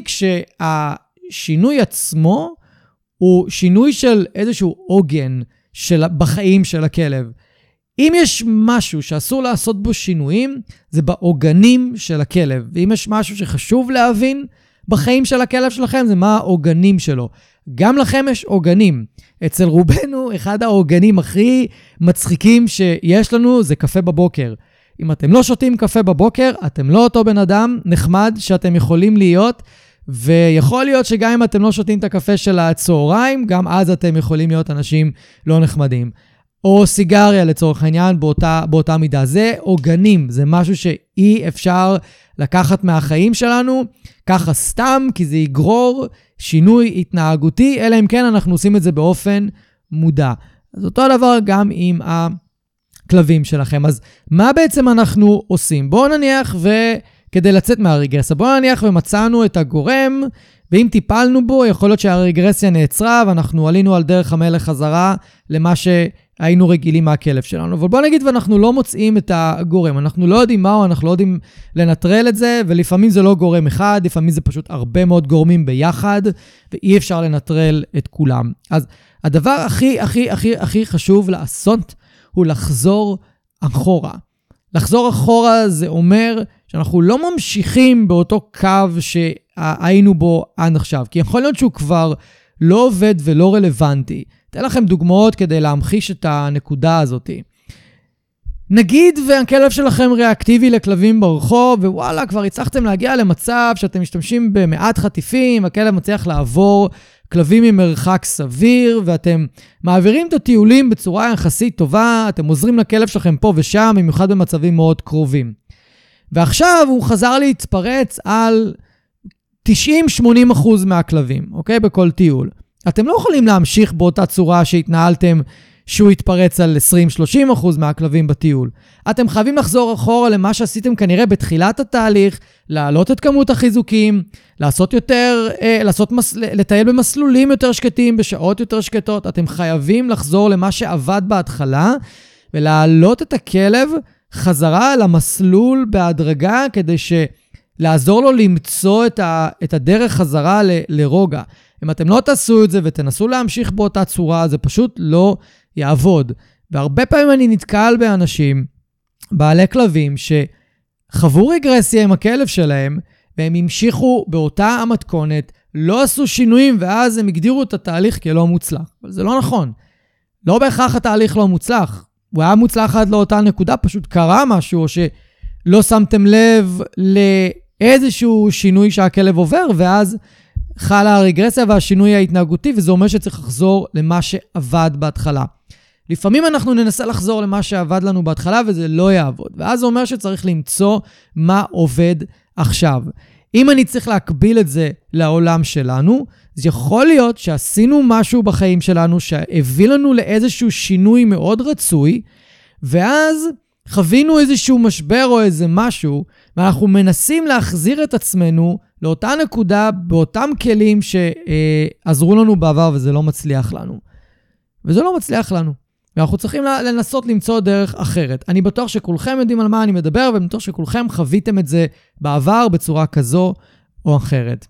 כשהשינוי עצמו הוא שינוי של איזשהו עוגן בחיים של הכלב. אם יש משהו שאסור לעשות בו שינויים, זה בעוגנים של הכלב. ואם יש משהו שחשוב להבין בחיים של הכלב שלכם, זה מה העוגנים שלו. גם לכם יש עוגנים. אצל רובנו, אחד העוגנים הכי מצחיקים שיש לנו זה קפה בבוקר. אם אתם לא שותים קפה בבוקר, אתם לא אותו בן אדם נחמד שאתם יכולים להיות, ויכול להיות שגם אם אתם לא שותים את הקפה של הצהריים, גם אז אתם יכולים להיות אנשים לא נחמדים. או סיגריה לצורך העניין באותה מידה. זה עוגנים, זה משהו שאי אפשר לקחת מהחיים שלנו, ככה סתם, כי זה יגרור שינוי התנהגותי, אלא אם כן אנחנו עושים את זה באופן מודע. אז אותו הדבר גם עם הכלבים שלכם. אז מה בעצם אנחנו עושים? בואו נניח כדי לצאת מהרגרסיה, בואו נניח ומצאנו את הגורם, ואם טיפלנו בו, יכול להיות שהרגרסיה נעצרה, ואנחנו עלינו על דרך המלך חזרה למה שהיינו רגילים מהכלב שלנו. אבל בואו נגיד ואנחנו לא מוצאים את הגורם, אנחנו לא יודעים מהו, אנחנו לא יודעים לנטרל את זה, ולפעמים זה לא גורם אחד, לפעמים זה פשוט הרבה מאוד גורמים ביחד, ואי אפשר לנטרל את כולם. אז הדבר הכי חשוב לעשות, הוא לחזור אחורה. לחזור אחורה זה אומר שאנחנו לא ממשיכים באותו קו שהיינו בו עד עכשיו, כי יכול להיות שהוא כבר לא עובד ולא רלוונטי. אתן לכם דוגמאות כדי להמחיש את הנקודה הזאת. נגיד והכלב שלכם ריאקטיבי לכלבים ברחוב, ווואלה, כבר הצלחתם להגיע למצב שאתם משתמשים במעט חטיפים, הכלב מצליח לעבור כלבים ממרחק סביר, ואתם מעבירים את הטיולים בצורה יחסית טובה, אתם עוזרים לכלב שלכם פה ושם, במיוחד במצבים מאוד קרובים. ועכשיו הוא חזר להתפרץ על 90-80% מהכלבים, אוקיי? בכל טיול. אתם לא יכולים להמשיך באותה צורה שהתנהלתם שהוא יתפרץ על 20-30% מהכלבים בטיול. אתם חייבים לחזור אחורה למה שעשיתם כנראה בתחילת התהליך, להעלות את כמות החיזוקים, לעשות יותר, לטייל במסלולים יותר שקטים, בשעות יותר שקטות. אתם חייבים לחזור למה שעבד בהתחלה, ולהעלות את הכלב חזרה למסלול בהדרגה, כדי לעזור לו למצוא את הדרך חזרה לרוגע. אם אתם לא תעשו את זה ותנסו להמשיך באותה צורה, זה פשוט לא יעבוד. והרבה פעמים אני נתקל באנשים, בעלי כלבים, שחוו רגרסיה עם הכלב שלהם, והם המשיכו באותה המתכונת, לא עשו שינויים, ואז הם הגדירו את התהליך כלא מוצלח. אבל זה לא נכון. לא בהכרח התהליך לא מוצלח. הוא היה מוצלח עד לאותה נקודה, פשוט קרה משהו, או שלא שמתם לב לאיזשהו שינוי שהכלב עובר, ואז חלה הרגרסיה והשינוי ההתנהגותי, וזה אומר שצריך לחזור למה שעבד בהתחלה. לפעמים אנחנו ננסה לחזור למה שעבד לנו בהתחלה, וזה לא יעבוד. ואז זה אומר שצריך למצוא מה עובד עכשיו. אם אני צריך להקביל את זה לעולם שלנו, אז יכול להיות שעשינו משהו בחיים שלנו, שהביא לנו לאיזשהו שינוי מאוד רצוי, ואז חווינו איזשהו משבר או איזה משהו, ואנחנו מנסים להחזיר את עצמנו לאותה נקודה, באותם כלים שעזרו לנו בעבר, וזה לא מצליח לנו. וזה לא מצליח לנו. ואנחנו צריכים לנסות למצוא דרך אחרת. אני בטוח שכולכם יודעים על מה אני מדבר, ואני בטוח שכולכם חוויתם את זה בעבר בצורה כזו או אחרת.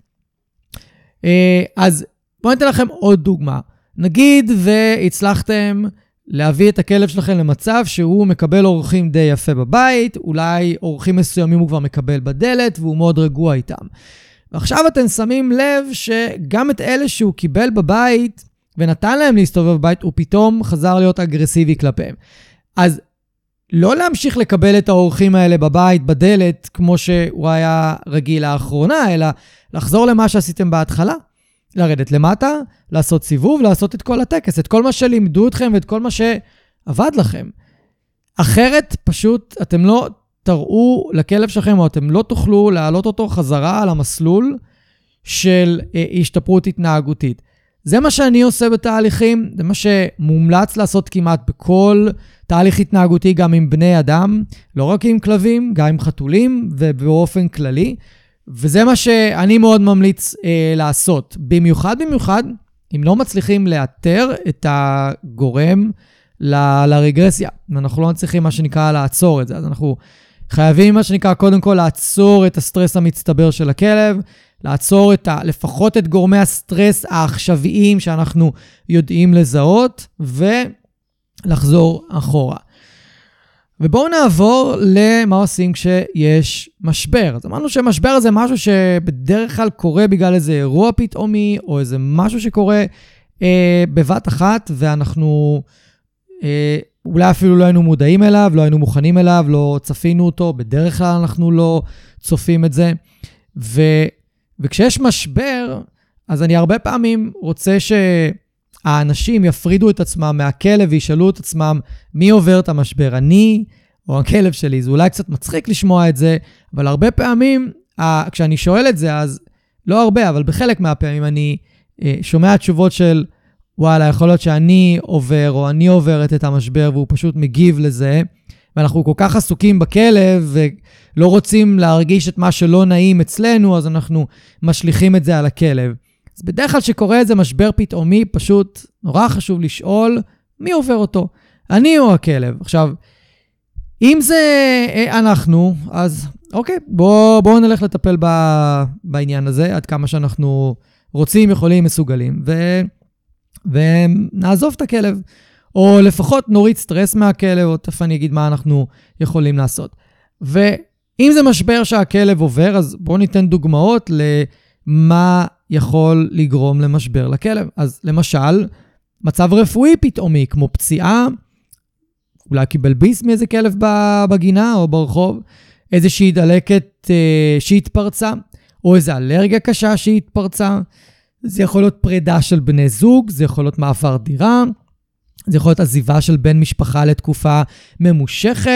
אז בואו ניתן לכם עוד דוגמה. נגיד והצלחתם להביא את הכלב שלכם למצב שהוא מקבל אורחים די יפה בבית, אולי אורחים מסוימים הוא כבר מקבל בדלת, והוא מאוד רגוע איתם. ועכשיו אתם שמים לב שגם את אלה שהוא קיבל בבית, ונתן להם להסתובב בבית, הוא פתאום חזר להיות אגרסיבי כלפיהם. אז לא להמשיך לקבל את האורחים האלה בבית, בדלת, כמו שהוא היה רגיל לאחרונה, אלא לחזור למה שעשיתם בהתחלה. לרדת למטה, לעשות סיבוב, לעשות את כל הטקס, את כל מה שלימדו אתכם ואת כל מה שעבד לכם. אחרת פשוט אתם לא תראו לכלב שלכם, או אתם לא תוכלו להעלות אותו חזרה על המסלול של השתפרות התנהגותית. זה מה שאני עושה בתהליכים, זה מה שמומלץ לעשות כמעט בכל תהליך התנהגותי, גם עם בני אדם, לא רק עם כלבים, גם עם חתולים ובאופן כללי. וזה מה שאני מאוד ממליץ לעשות. במיוחד, אם לא מצליחים לאתר את הגורם לרגרסיה. אנחנו לא מצליחים מה שנקרא לעצור את זה. אז אנחנו חייבים מה שנקרא קודם כל לעצור את הסטרס המצטבר של הכלב, לעצור לפחות את גורמי הסטרס העכשוויים שאנחנו יודעים לזהות, ולחזור אחורה. ובואו נעבור למה עושים כשיש משבר. אז אמרנו שמשבר זה משהו שבדרך כלל קורה בגלל איזה אירוע פתאומי, או איזה משהו שקורה בבת אחת, ואנחנו אולי אפילו לא היינו מודעים אליו, לא היינו מוכנים אליו, לא צפינו אותו, בדרך כלל אנחנו לא צופים את זה. וכשיש משבר, אז אני הרבה פעמים רוצה האנשים יפרידו את עצמם מהכלב וישאלו את עצמם מי עובר את המשבר, אני או הכלב שלי. זה אולי קצת מצחיק לשמוע את זה, אבל הרבה פעמים, כשאני שואל את זה, אז לא הרבה, אבל בחלק מהפעמים אני שומע תשובות של, וואלה, יכול להיות שאני עובר או אני עוברת את המשבר, והוא פשוט מגיב לזה, ואנחנו כל כך עסוקים בכלב, ולא רוצים להרגיש את מה שלא נעים אצלנו, אז אנחנו משליכים את זה על הכלב. אז בדרך כלל שקורה איזה משבר פתאומי, פשוט נורא חשוב לשאול מי עובר אותו, אני או הכלב. עכשיו, אם זה אנחנו, אז אוקיי, בואו נלך לטפל בעניין הזה, עד כמה שאנחנו רוצים, יכולים, מסוגלים, ונעזוב את הכלב, או לפחות נוריד סטרס מהכלב, או תכף אני אגיד מה אנחנו יכולים לעשות. ואם זה משבר שהכלב עובר, אז בואו ניתן דוגמאות למה יכול לגרום למשבר לכלב. אז למשל, מצב רפואי פתאומי, כמו פציעה, אולי קיבל ביס מאיזה כלב בגינה או ברחוב, איזושהי דלקת שהתפרצה, או איזו אלרגיה קשה שהתפרצה. זה יכול להיות פרידה של בני זוג, זה יכול להיות מעבר דירה, זה יכול להיות עזיבה של בן משפחה לתקופה ממושכת,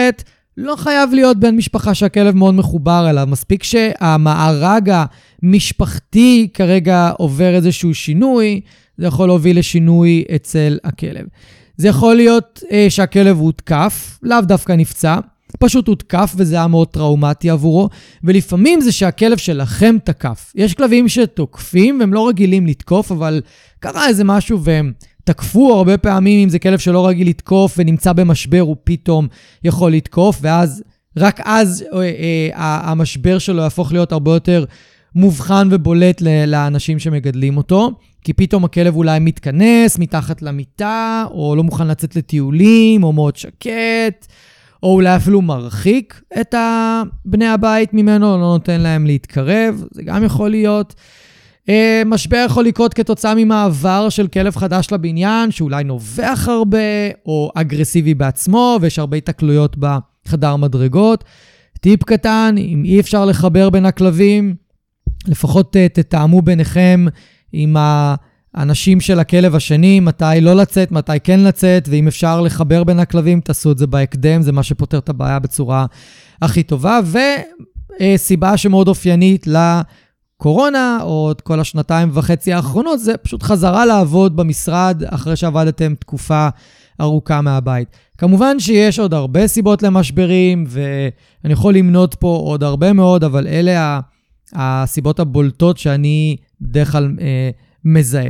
לא חייב להיות בן משפחה שהכלב מאוד מחובר אליו, מספיק שהמארג המשפחתי כרגע עובר איזשהו שינוי, זה יכול להוביל לשינוי אצל הכלב. זה יכול להיות שהכלב הותקף, לאו דווקא נפצע, פשוט הותקף וזה היה מאוד טראומטי עבורו, ולפעמים זה שהכלב שלכם תקף. יש כלבים שתוקפים והם לא רגילים לתקוף, אבל קרה איזה משהו והם תקפו הרבה פעמים. אם זה כלב שלא רגיל לתקוף ונמצא במשבר, הוא פתאום יכול לתקוף, ואז רק אז המשבר שלו יהפוך להיות הרבה יותר מובחן ובולט לאנשים שמגדלים אותו, כי פתאום הכלב אולי מתכנס מתחת למיטה, או לא מוכן לצאת לטיולים, או מאוד שקט, או אולי אפילו מרחיק את בני הבית ממנו, לא נותן להם להתקרב, זה גם יכול להיות. משבר יכול לקרות כתוצאה ממעבר של כלב חדש לבניין, שאולי נובח הרבה, או אגרסיבי בעצמו, ויש הרבה התקלויות בחדר מדרגות. טיפ קטן, אם אי אפשר לחבר בין הכלבים, לפחות תתאמו ביניכם עם האנשים של הכלב השני, מתי לא לצאת, מתי כן לצאת, ואם אפשר לחבר בין הכלבים, תעשו את זה בהקדם, זה מה שפותר את הבעיה בצורה הכי טובה. וסיבה שמאוד אופיינית לקורונה, או את כל 2.5 האחרונות, זה פשוט חזרה לעבוד במשרד, אחרי שעבדתם תקופה ארוכה מהבית. כמובן שיש עוד הרבה סיבות למשברים, ואני יכול למנות פה עוד הרבה מאוד, אבל אלה הסיבות הבולטות שאני בדרך כלל מזהה.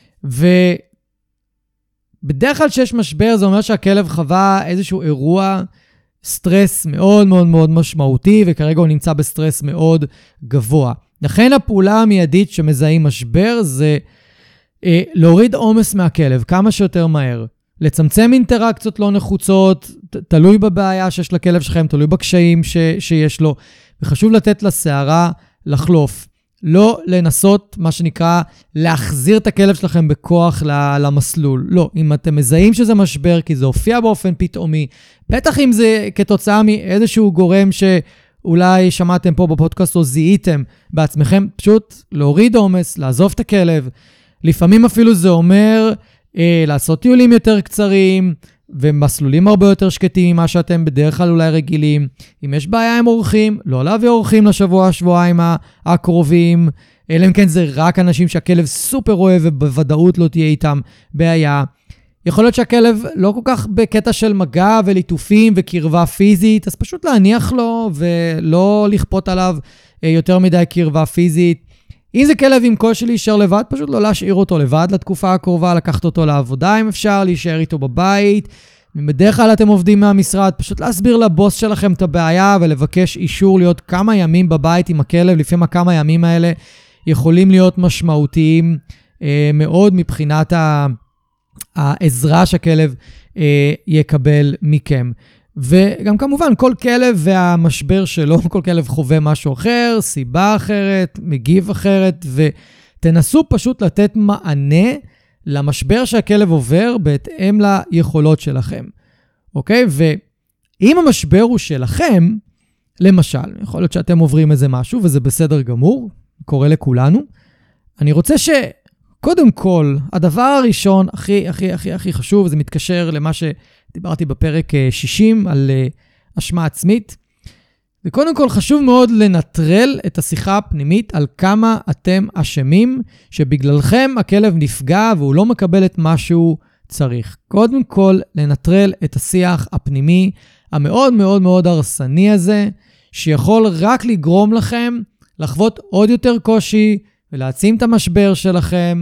ובדרך כלל שיש משבר, זה אומר שהכלב חווה איזשהו אירוע סטרס מאוד מאוד מאוד משמעותי, וכרגע הוא נמצא בסטרס מאוד גבוה. לכן הפעולה המיידית שמזהים משבר זה להוריד עומס מהכלב כמה שיותר מהר. לצמצם אינטראקציות לא נחוצות, תלוי בבעיה שיש לכלב שלכם, תלוי בקשיים שיש לו, וחשוב לתת לסערה לחלוף. לא לנסות, מה שנקרא, להחזיר את הכלב שלכם בכוח למסלול. לא, אם אתם מזהים שזה משבר, כי זה הופיע באופן פתאומי, בטח אם זה כתוצאה מאיזשהו גורם שאולי שמעתם פה בפודקאסט או זיהיתם בעצמכם, פשוט להוריד עומס, לעזוב את הכלב. לפעמים אפילו זה אומר לעשות טיולים יותר קצרים, ומסלולים הרבה יותר שקטים ממה שאתם בדרך כלל אולי רגילים. אם יש בעיה עם אורחים, לא להביא אורחים לשבוע-שבועיים הקרובים, אלא אם כן זה רק אנשים שהכלב סופר אוהב ובוודאות לא תהיה איתם בעיה. יכול להיות שהכלב לא כל כך בקטע של מגע וליטופים וקרבה פיזית, אז פשוט להניח לו ולא לכפות עליו יותר מדי קרבה פיזית. אם זה כלב עם קושי להישאר לבד, פשוט לא להשאיר אותו לבד לתקופה הקרובה, לקחת אותו לעבודה אם אפשר, להישאר איתו בבית. בדרך כלל אתם עובדים מהמשרד, פשוט להסביר לבוס שלכם את הבעיה ולבקש אישור להיות כמה ימים בבית עם הכלב. לפעמים הכמה ימים האלה יכולים להיות משמעותיים מאוד מבחינת העזרה שהכלב יקבל מכם. וגם כמובן כל כלב והמשבר שלו, כל כלב חווה משהו אחר, סיבה אחרת, מגיב אחרת, ותנסו פשוט לתת מענה למשבר שהכלב עובר בהתאם ליכולות שלכם. אוקיי? ואם המשבר הוא שלכם, למשל, יכול להיות שאתם עוברים איזה משהו, וזה בסדר גמור, קורה לכולנו, אני רוצה שקודם כל, הדבר הראשון הכי חשוב, זה מתקשר למה דיברתי בפרק 60 על אשמה עצמית. וקודם כל חשוב מאוד לנטרל את השיחה הפנימית על כמה אתם אשמים, שבגללכם הכלב נפגע והוא לא מקבל את מה שהוא צריך. קודם כל לנטרל את השיח הפנימי המאוד מאוד מאוד הרסני הזה, שיכול רק לגרום לכם לחוות עוד יותר קושי ולהעצים את המשבר שלכם,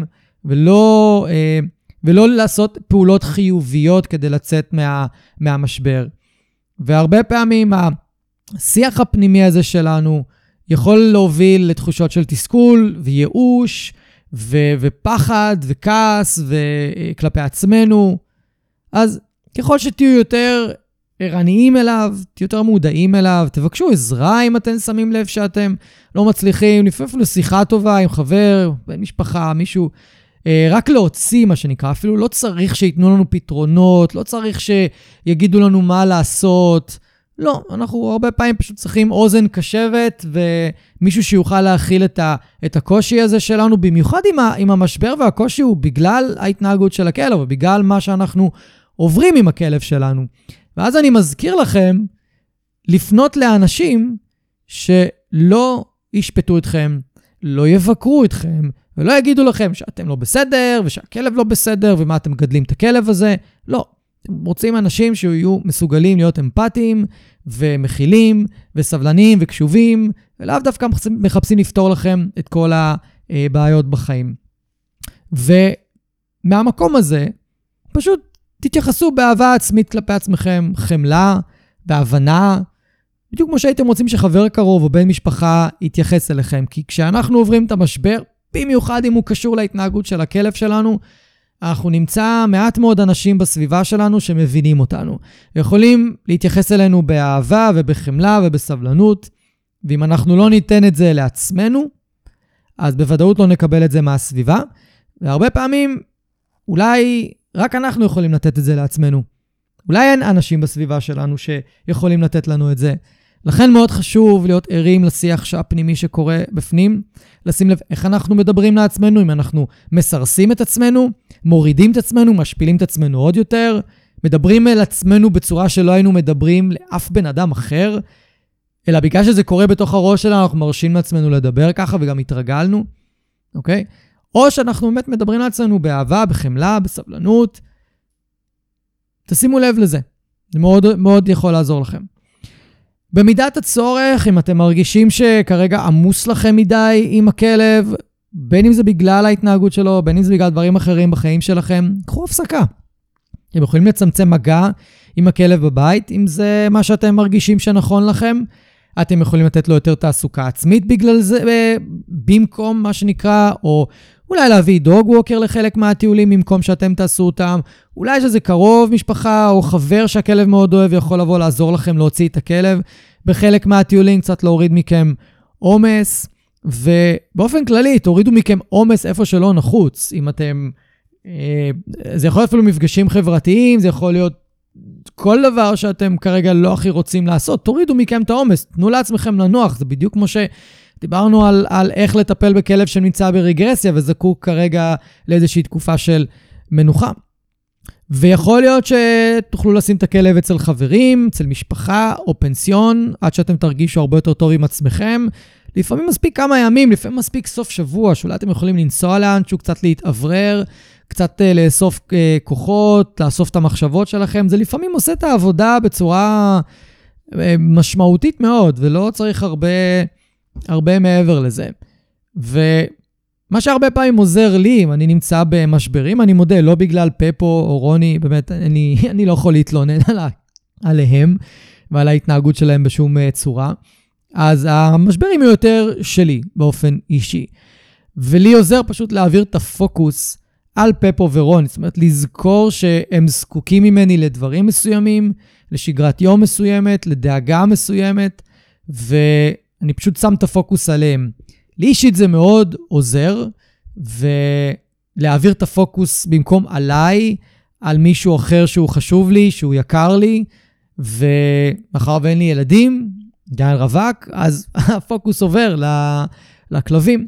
ולא לעשות פעולות חיוביות כדי לצאת מהמשבר. והרבה פעמים השיח הפנימי הזה שלנו יכול להוביל לתחושות של תסכול וייאוש ופחד וכעס וכלפי עצמנו. אז ככל שתהיו יותר ערניים אליו, תהיו יותר מודעים אליו, תבקשו עזרה אם אתם שמים לב שאתם לא מצליחים, לפעמים אפילו שיחה טובה עם חבר, בן משפחה, מישהו, רק להוציא מה שנקרא, אפילו לא צריך שיתנו לנו פתרונות, לא צריך שיגידו לנו מה לעשות, לא, אנחנו הרבה פעמים פשוט צריכים אוזן קשבת, ומישהו שיוכל להכיל את הקושי הזה שלנו, במיוחד עם המשבר והקושי הוא בגלל ההתנהגות של הכלב, ובגלל מה שאנחנו עוברים עם הכלב שלנו. ואז אני מזכיר לכם, לפנות לאנשים שלא ישפטו אתכם, לא יבקרו אתכם, ולא יגידו לכם שאתם לא בסדר, ושהכלב לא בסדר, ומה אתם מגדלים את הכלב הזה. לא. אתם רוצים אנשים שיהיו מסוגלים להיות אמפתיים, ומכילים, וסבלניים, וקשובים, ולאו דווקא מחפשים לפתור לכם את כל הבעיות בחיים. ומהמקום הזה, פשוט תתייחסו באהבה עצמית כלפי עצמכם, חמלה, בהבנה, בדיוק כמו שהייתם רוצים שחבר קרוב או בן משפחה יתייחס אליכם. כי כשאנחנו עוברים את המשבר, במיוחד אם הוא קשור להתנהגות של הכלב שלנו, אנחנו נמצא מעט מאוד אנשים בסביבה שלנו שמבינים אותנו. יכולים להתייחס אלינו באהבה ובחמלה ובסבלנות, ואם אנחנו לא ניתן את זה לעצמנו, אז בוודאות לא נקבל את זה מהסביבה, והרבה פעמים אולי רק אנחנו יכולים לתת את זה לעצמנו. אולי אין אנשים בסביבה שלנו שיכולים לתת לנו את זה. לכן מאוד חשוב להיות ערים לשיח הפנימי שקורה בפנים, לשים לב איך אנחנו מדברים לעצמנו, אם אנחנו מסרסים את עצמנו, מורידים את עצמנו, משפילים את עצמנו עוד יותר, מדברים אל עצמנו בצורה שלא היינו מדברים לאף בן אדם אחר, אלא בגלל שזה קורה בתוך הראש שלנו, אנחנו מרשים לעצמנו לדבר ככה וגם התרגלנו, אוקיי? או שאנחנו באמת מדברים לעצמנו באהבה, בחמלה, בסבלנות. תשימו לב לזה. זה מאוד, מאוד יכול לעזור לכם. במידת הצורך, אם אתם מרגישים שכרגע עמוס לכם מדי עם הכלב, בין אם זה בגלל ההתנהגות שלו, בין אם זה בגלל דברים אחרים בחיים שלכם, קחו הפסקה. אתם יכולים לצמצם מגע עם הכלב בבית, אם זה מה שאתם מרגישים שנכון לכם. אתם יכולים לתת לו יותר תעסוקה עצמית בגלל זה, במקום מה שנקרא, או אולי להביא דוג ווקר לחלק מהטיולים במקום שאתם תעשו אותם. אולי שזה קרוב משפחה או חבר שהכלב מאוד אוהב יכול לבוא לעזור לכם להוציא את הכלב. בחלק מהטיולים קצת להוריד מכם עומס, ובאופן כללי תורידו מכם עומס איפה שלא נחוץ. אם אתם, זה יכול להיות אפילו מפגשים חברתיים, זה יכול להיות כל דבר שאתם כרגע לא הכי רוצים לעשות. תורידו מכם את העומס, תנו לעצמכם לנוח. זה בדיוק כמו דיברנו על איך לטפל בכלב שנמצא ברגרסיה וזקוק כרגע לאיזושהי תקופה של מנוחה. ויכול להיות שתוכלו לשים את הכלב אצל חברים, אצל משפחה או פנסיון, עד שאתם תרגישו הרבה יותר טוב עם עצמכם. לפעמים מספיק כמה ימים, לפעמים מספיק סוף שבוע, שאולי אתם יכולים לנסוע לאנשהו, קצת להתעברר, קצת לאסוף כוחות, לאסוף את המחשבות שלכם. זה לפעמים עושה את העבודה בצורה משמעותית מאוד, ולא צריך הרבה מעבר לזה. ומה שהרבה פעמים עוזר לי, אם אני נמצא במשברים, אני מודה, לא בגלל פפו או רוני, באמת, אני לא יכול להתלונן עליהם, ועל ההתנהגות שלהם בשום צורה. אז המשברים הם יותר שלי, באופן אישי. ולי עוזר פשוט להעביר את הפוקוס על פפו ורוני, זאת אומרת, לזכור שהם זקוקים ממני לדברים מסוימים, לשגרת יום מסוימת, לדאגה מסוימת, אני פשוט שם את הפוקוס עליהם. לי אישית זה מאוד עוזר, ולהעביר את הפוקוס במקום עליי, על מישהו אחר שהוא חשוב לי, שהוא יקר לי, ומאחר ואין לי ילדים, דיין רווק, אז הפוקוס עובר לכלבים.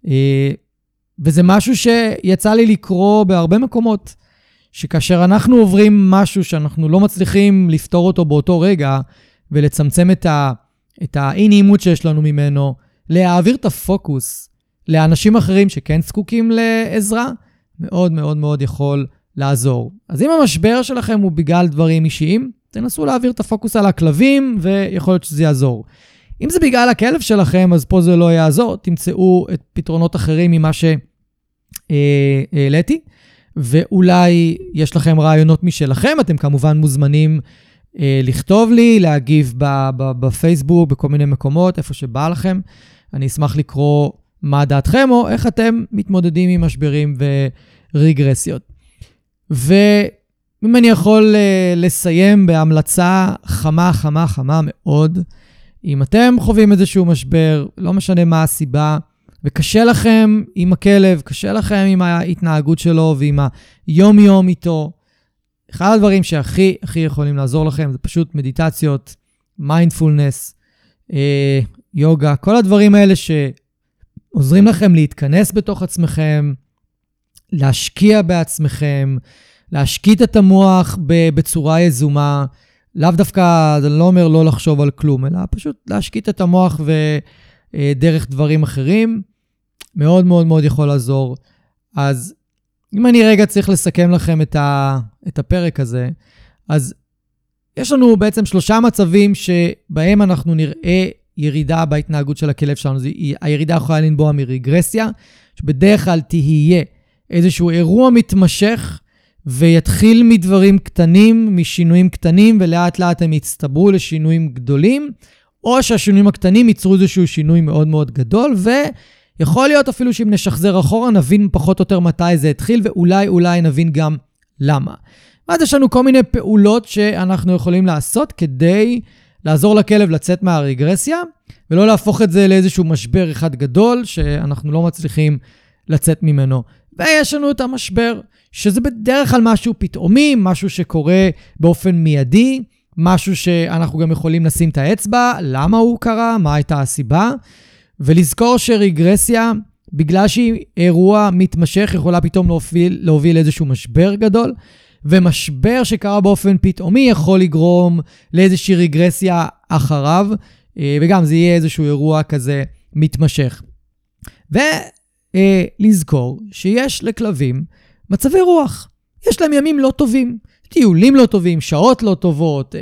וזה משהו שיצא לי לקרוא בהרבה מקומות, שכאשר אנחנו עוברים משהו שאנחנו לא מצליחים לפתור אותו באותו רגע, ולצמצם את האי-נעימות שיש לנו ממנו, להעביר את הפוקוס לאנשים אחרים שכן זקוקים לעזרה, מאוד מאוד מאוד יכול לעזור. אז אם המשבר שלכם הוא בגלל דברים אישיים, תנסו להעביר את הפוקוס על הכלבים, ויכול להיות שזה יעזור. אם זה בגלל הכלב שלכם, אז פה זה לא יעזור, תמצאו את פתרונות אחרים ממה שהעליתי, ואולי יש לכם רעיונות משלכם, אתם כמובן מוזמנים לכתוב לי, להגיב בפייסבוק, בכל מיני מקומות, איפה שבא לכם. אני אשמח לקרוא מה דעתכם, או איך אתם מתמודדים עם משברים ורגרסיות. ואם אני יכול לסיים בהמלצה חמה מאוד, אם אתם חווים איזשהו משבר, לא משנה מה הסיבה, וקשה לכם עם הכלב, קשה לכם עם ההתנהגות שלו ועם היום-יום איתו, אחד הדברים שהכי יכולים לעזור לכם זה פשוט מדיטציות, מיינדפולנס, יוגה, כל הדברים האלה שעוזרים לכם להתכנס בתוך עצמכם, להשקיע בעצמכם, להשקיט את המוח בצורה יזומה, לאו דווקא, זה לא אומר לא לחשוב על כלום, אלא פשוט להשקיט את המוח ודרך דברים אחרים, מאוד מאוד מאוד יכול לעזור. אז אם אני רגע צריך לסכם לכם את הפרק הזה, אז יש לנו בעצם 3 מצבים שבהם אנחנו נראה ירידה בהתנהגות של הכלב שלנו. הירידה יכולה לנבוע מרגרסיה, שבדרך כלל תהיה איזשהו אירוע מתמשך, ויתחיל מדברים קטנים, משינויים קטנים, ולאט לאט הם יצטברו לשינויים גדולים, או שהשינויים הקטנים ייצרו איזשהו שינוי מאוד מאוד גדול, ויכול להיות אפילו שאם נשחזר אחורה, נבין פחות או יותר מתי זה התחיל, ואולי נבין גם למה. אז יש לנו כל מיני פעולות שאנחנו יכולים לעשות כדי לעזור לכלב לצאת מהרגרסיה, ולא להפוך את זה לאיזשהו משבר אחד גדול, שאנחנו לא מצליחים לצאת ממנו. ויש לנו את המשבר, שזה בדרך כלל משהו פתאומי, משהו שקורה באופן מיידי, משהו שאנחנו גם יכולים לשים את האצבע, למה הוא קרה, מה הייתה הסיבה, ולזכור שרגרסיה, בגלל שהיא אירוע מתמשך, יכולה פתאום להוביל איזשהו משבר גדול, ומשבר שקרה באופן פתאומי יכול לגרום לאיזושהי רגרסיה אחריו, וגם זה יהיה איזשהו אירוע כזה מתמשך. ולזכור שיש לכלבים מצבי רוח. יש להם ימים לא טובים, טיולים לא טובים, שעות לא טובות,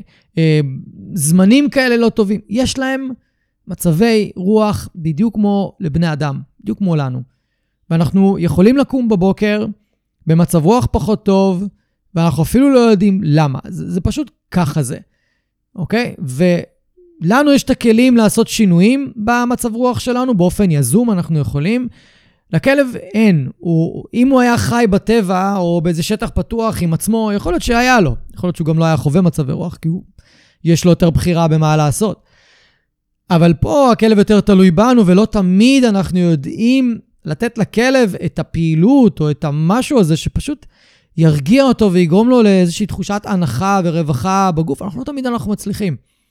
זמנים כאלה לא טובים. יש להם מצבי רוח בדיוק כמו לבני אדם, בדיוק כמו לנו. ואנחנו יכולים לקום בבוקר במצב רוח פחות טוב, ואנחנו אפילו לא יודעים למה. זה פשוט ככה זה. אוקיי? ולנו יש את הכלים לעשות שינויים במצב רוח שלנו, באופן יזום אנחנו יכולים. לכלב אין. אם הוא היה חי בטבע, או באיזה שטח פתוח עם עצמו, יכול להיות שהיה לו. יכול להיות שהוא גם לא היה חווה מצבי רוח, כי יש לו יותר בחירה במה לעשות. אבל פה הכלב יותר תלוי בנו, ולא תמיד אנחנו יודעים לתת לכלב את הפעילות, או את המשהו הזה שפשוט ירגיע אותו, ויגרום לו לאיזושהי תחושת הנחה ורווחה בגוף. לא תמיד אנחנו מצליחים.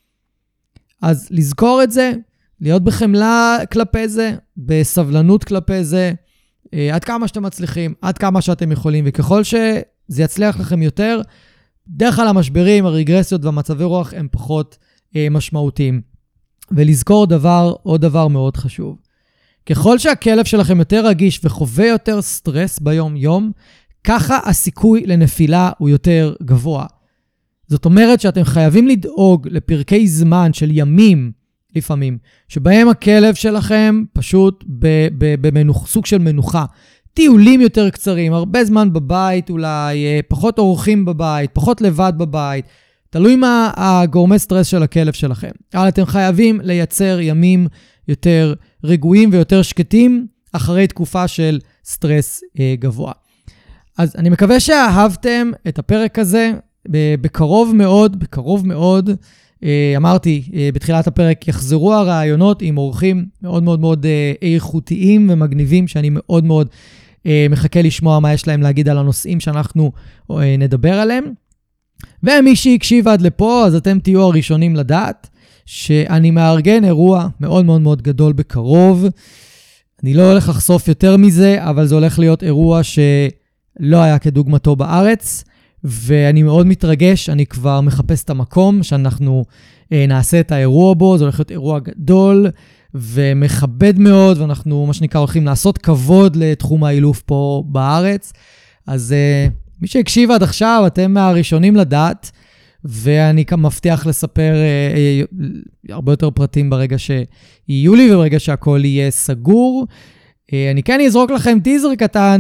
אז לזכור את זה, להיות בחמלה כלפי זה, בסבלנות כלפי זה, עד כמה שאתם מצליחים, עד כמה שאתם יכולים, וככל שזה יצליח לכם יותר, דרך כלל המשברים, הרגרסיות והמצבי רוח הם פחות משמעותיים. ולזכור עוד דבר מאוד חשוב. ככל שהכלב שלכם יותר רגיש וחווה יותר סטרס ביום יום, ככה הסיכוי לנפילה הוא יותר גבוה. זאת אומרת שאתם חייבים לדאוג לפרקי זמן של ימים לפעמים, שבהם הכלב שלכם פשוט סוג של מנוחה. טיולים יותר קצרים, הרבה זמן בבית אולי, פחות אורחים בבית, פחות לבד בבית, תלוי מה הגורמי סטרס של הכלב שלכם. אבל אתם חייבים לייצר ימים יותר רגועים ויותר שקטים, אחרי תקופה של סטרס גבוה. אז אני מקווה שאהבתם את הפרק הזה, בקרוב מאוד, אמרתי, בתחילת הפרק יחזרו הרעיונות עם אורחים מאוד מאוד מאוד איכותיים ומגניבים, שאני מאוד מאוד מחכה לשמוע מה יש להם להגיד על הנושאים שאנחנו נדבר עליהם. ומי שהקשיב עד לפה, אז אתם תהיו הראשונים לדעת שאני מארגן אירוע מאוד מאוד מאוד גדול בקרוב. אני לא הולך לחשוף יותר מזה, אבל זה הולך להיות אירוע שלא היה כדוגמתו בארץ, ואני מאוד מתרגש, אני כבר מחפש את המקום שאנחנו נעשה את האירוע בו. זה הולך להיות אירוע גדול ומכבד מאוד, ואנחנו מה שנקרא הולכים לעשות כבוד לתחום האילוף פה בארץ. אז מי שהקשיב עד עכשיו, אתם מהראשונים לדעת, ואני גם מבטיח לספר הרבה יותר פרטים ברגע שיהיו לי, וברגע שהכל יהיה סגור. אני כן אזרוק לכם טיזר קטן,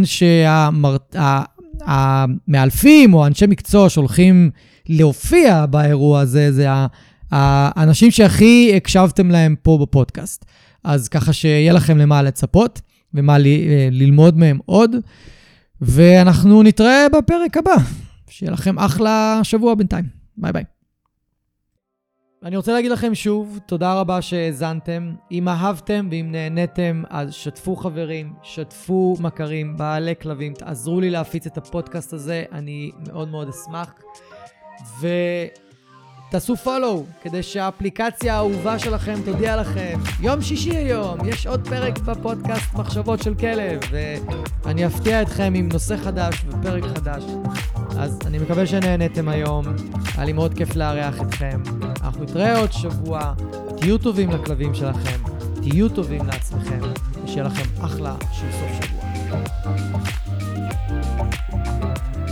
שהמאלפים או אנשי מקצוע שהולכים להופיע באירוע הזה, זה האנשים שהכי הקשבתם להם פה בפודקאסט. אז ככה שיהיה לכם למה לצפות, ומה ללמוד מהם עוד. ואנחנו נתראה בפרק הבא. שיהיה לכם אחלה שבוע בינתיים. ביי ביי. אני רוצה להגיד לכם שוב, תודה רבה שהאזנתם. אם אהבתם ואם נהניתם, אז שתפו חברים, שתפו מכרים, בעלי כלבים, תעזרו לי להפיץ את הפודקאסט הזה, אני מאוד מאוד אשמח. ותעשו פולו, כדי שהאפליקציה האהובה שלכם תודיע לכם. יום שישי היום, יש עוד פרק בפודקאסט מחשבות של כלב, ואני אפתיע אתכם עם נושא חדש ופרק חדש. אז אני מקווה שנהנתם היום, היה לי מאוד כיף לארח אתכם. אנחנו נתראה עוד שבוע, תהיו טובים לכלבים שלכם, תהיו טובים לעצמכם, ושיהיה לכם אחלה של סוף שבוע.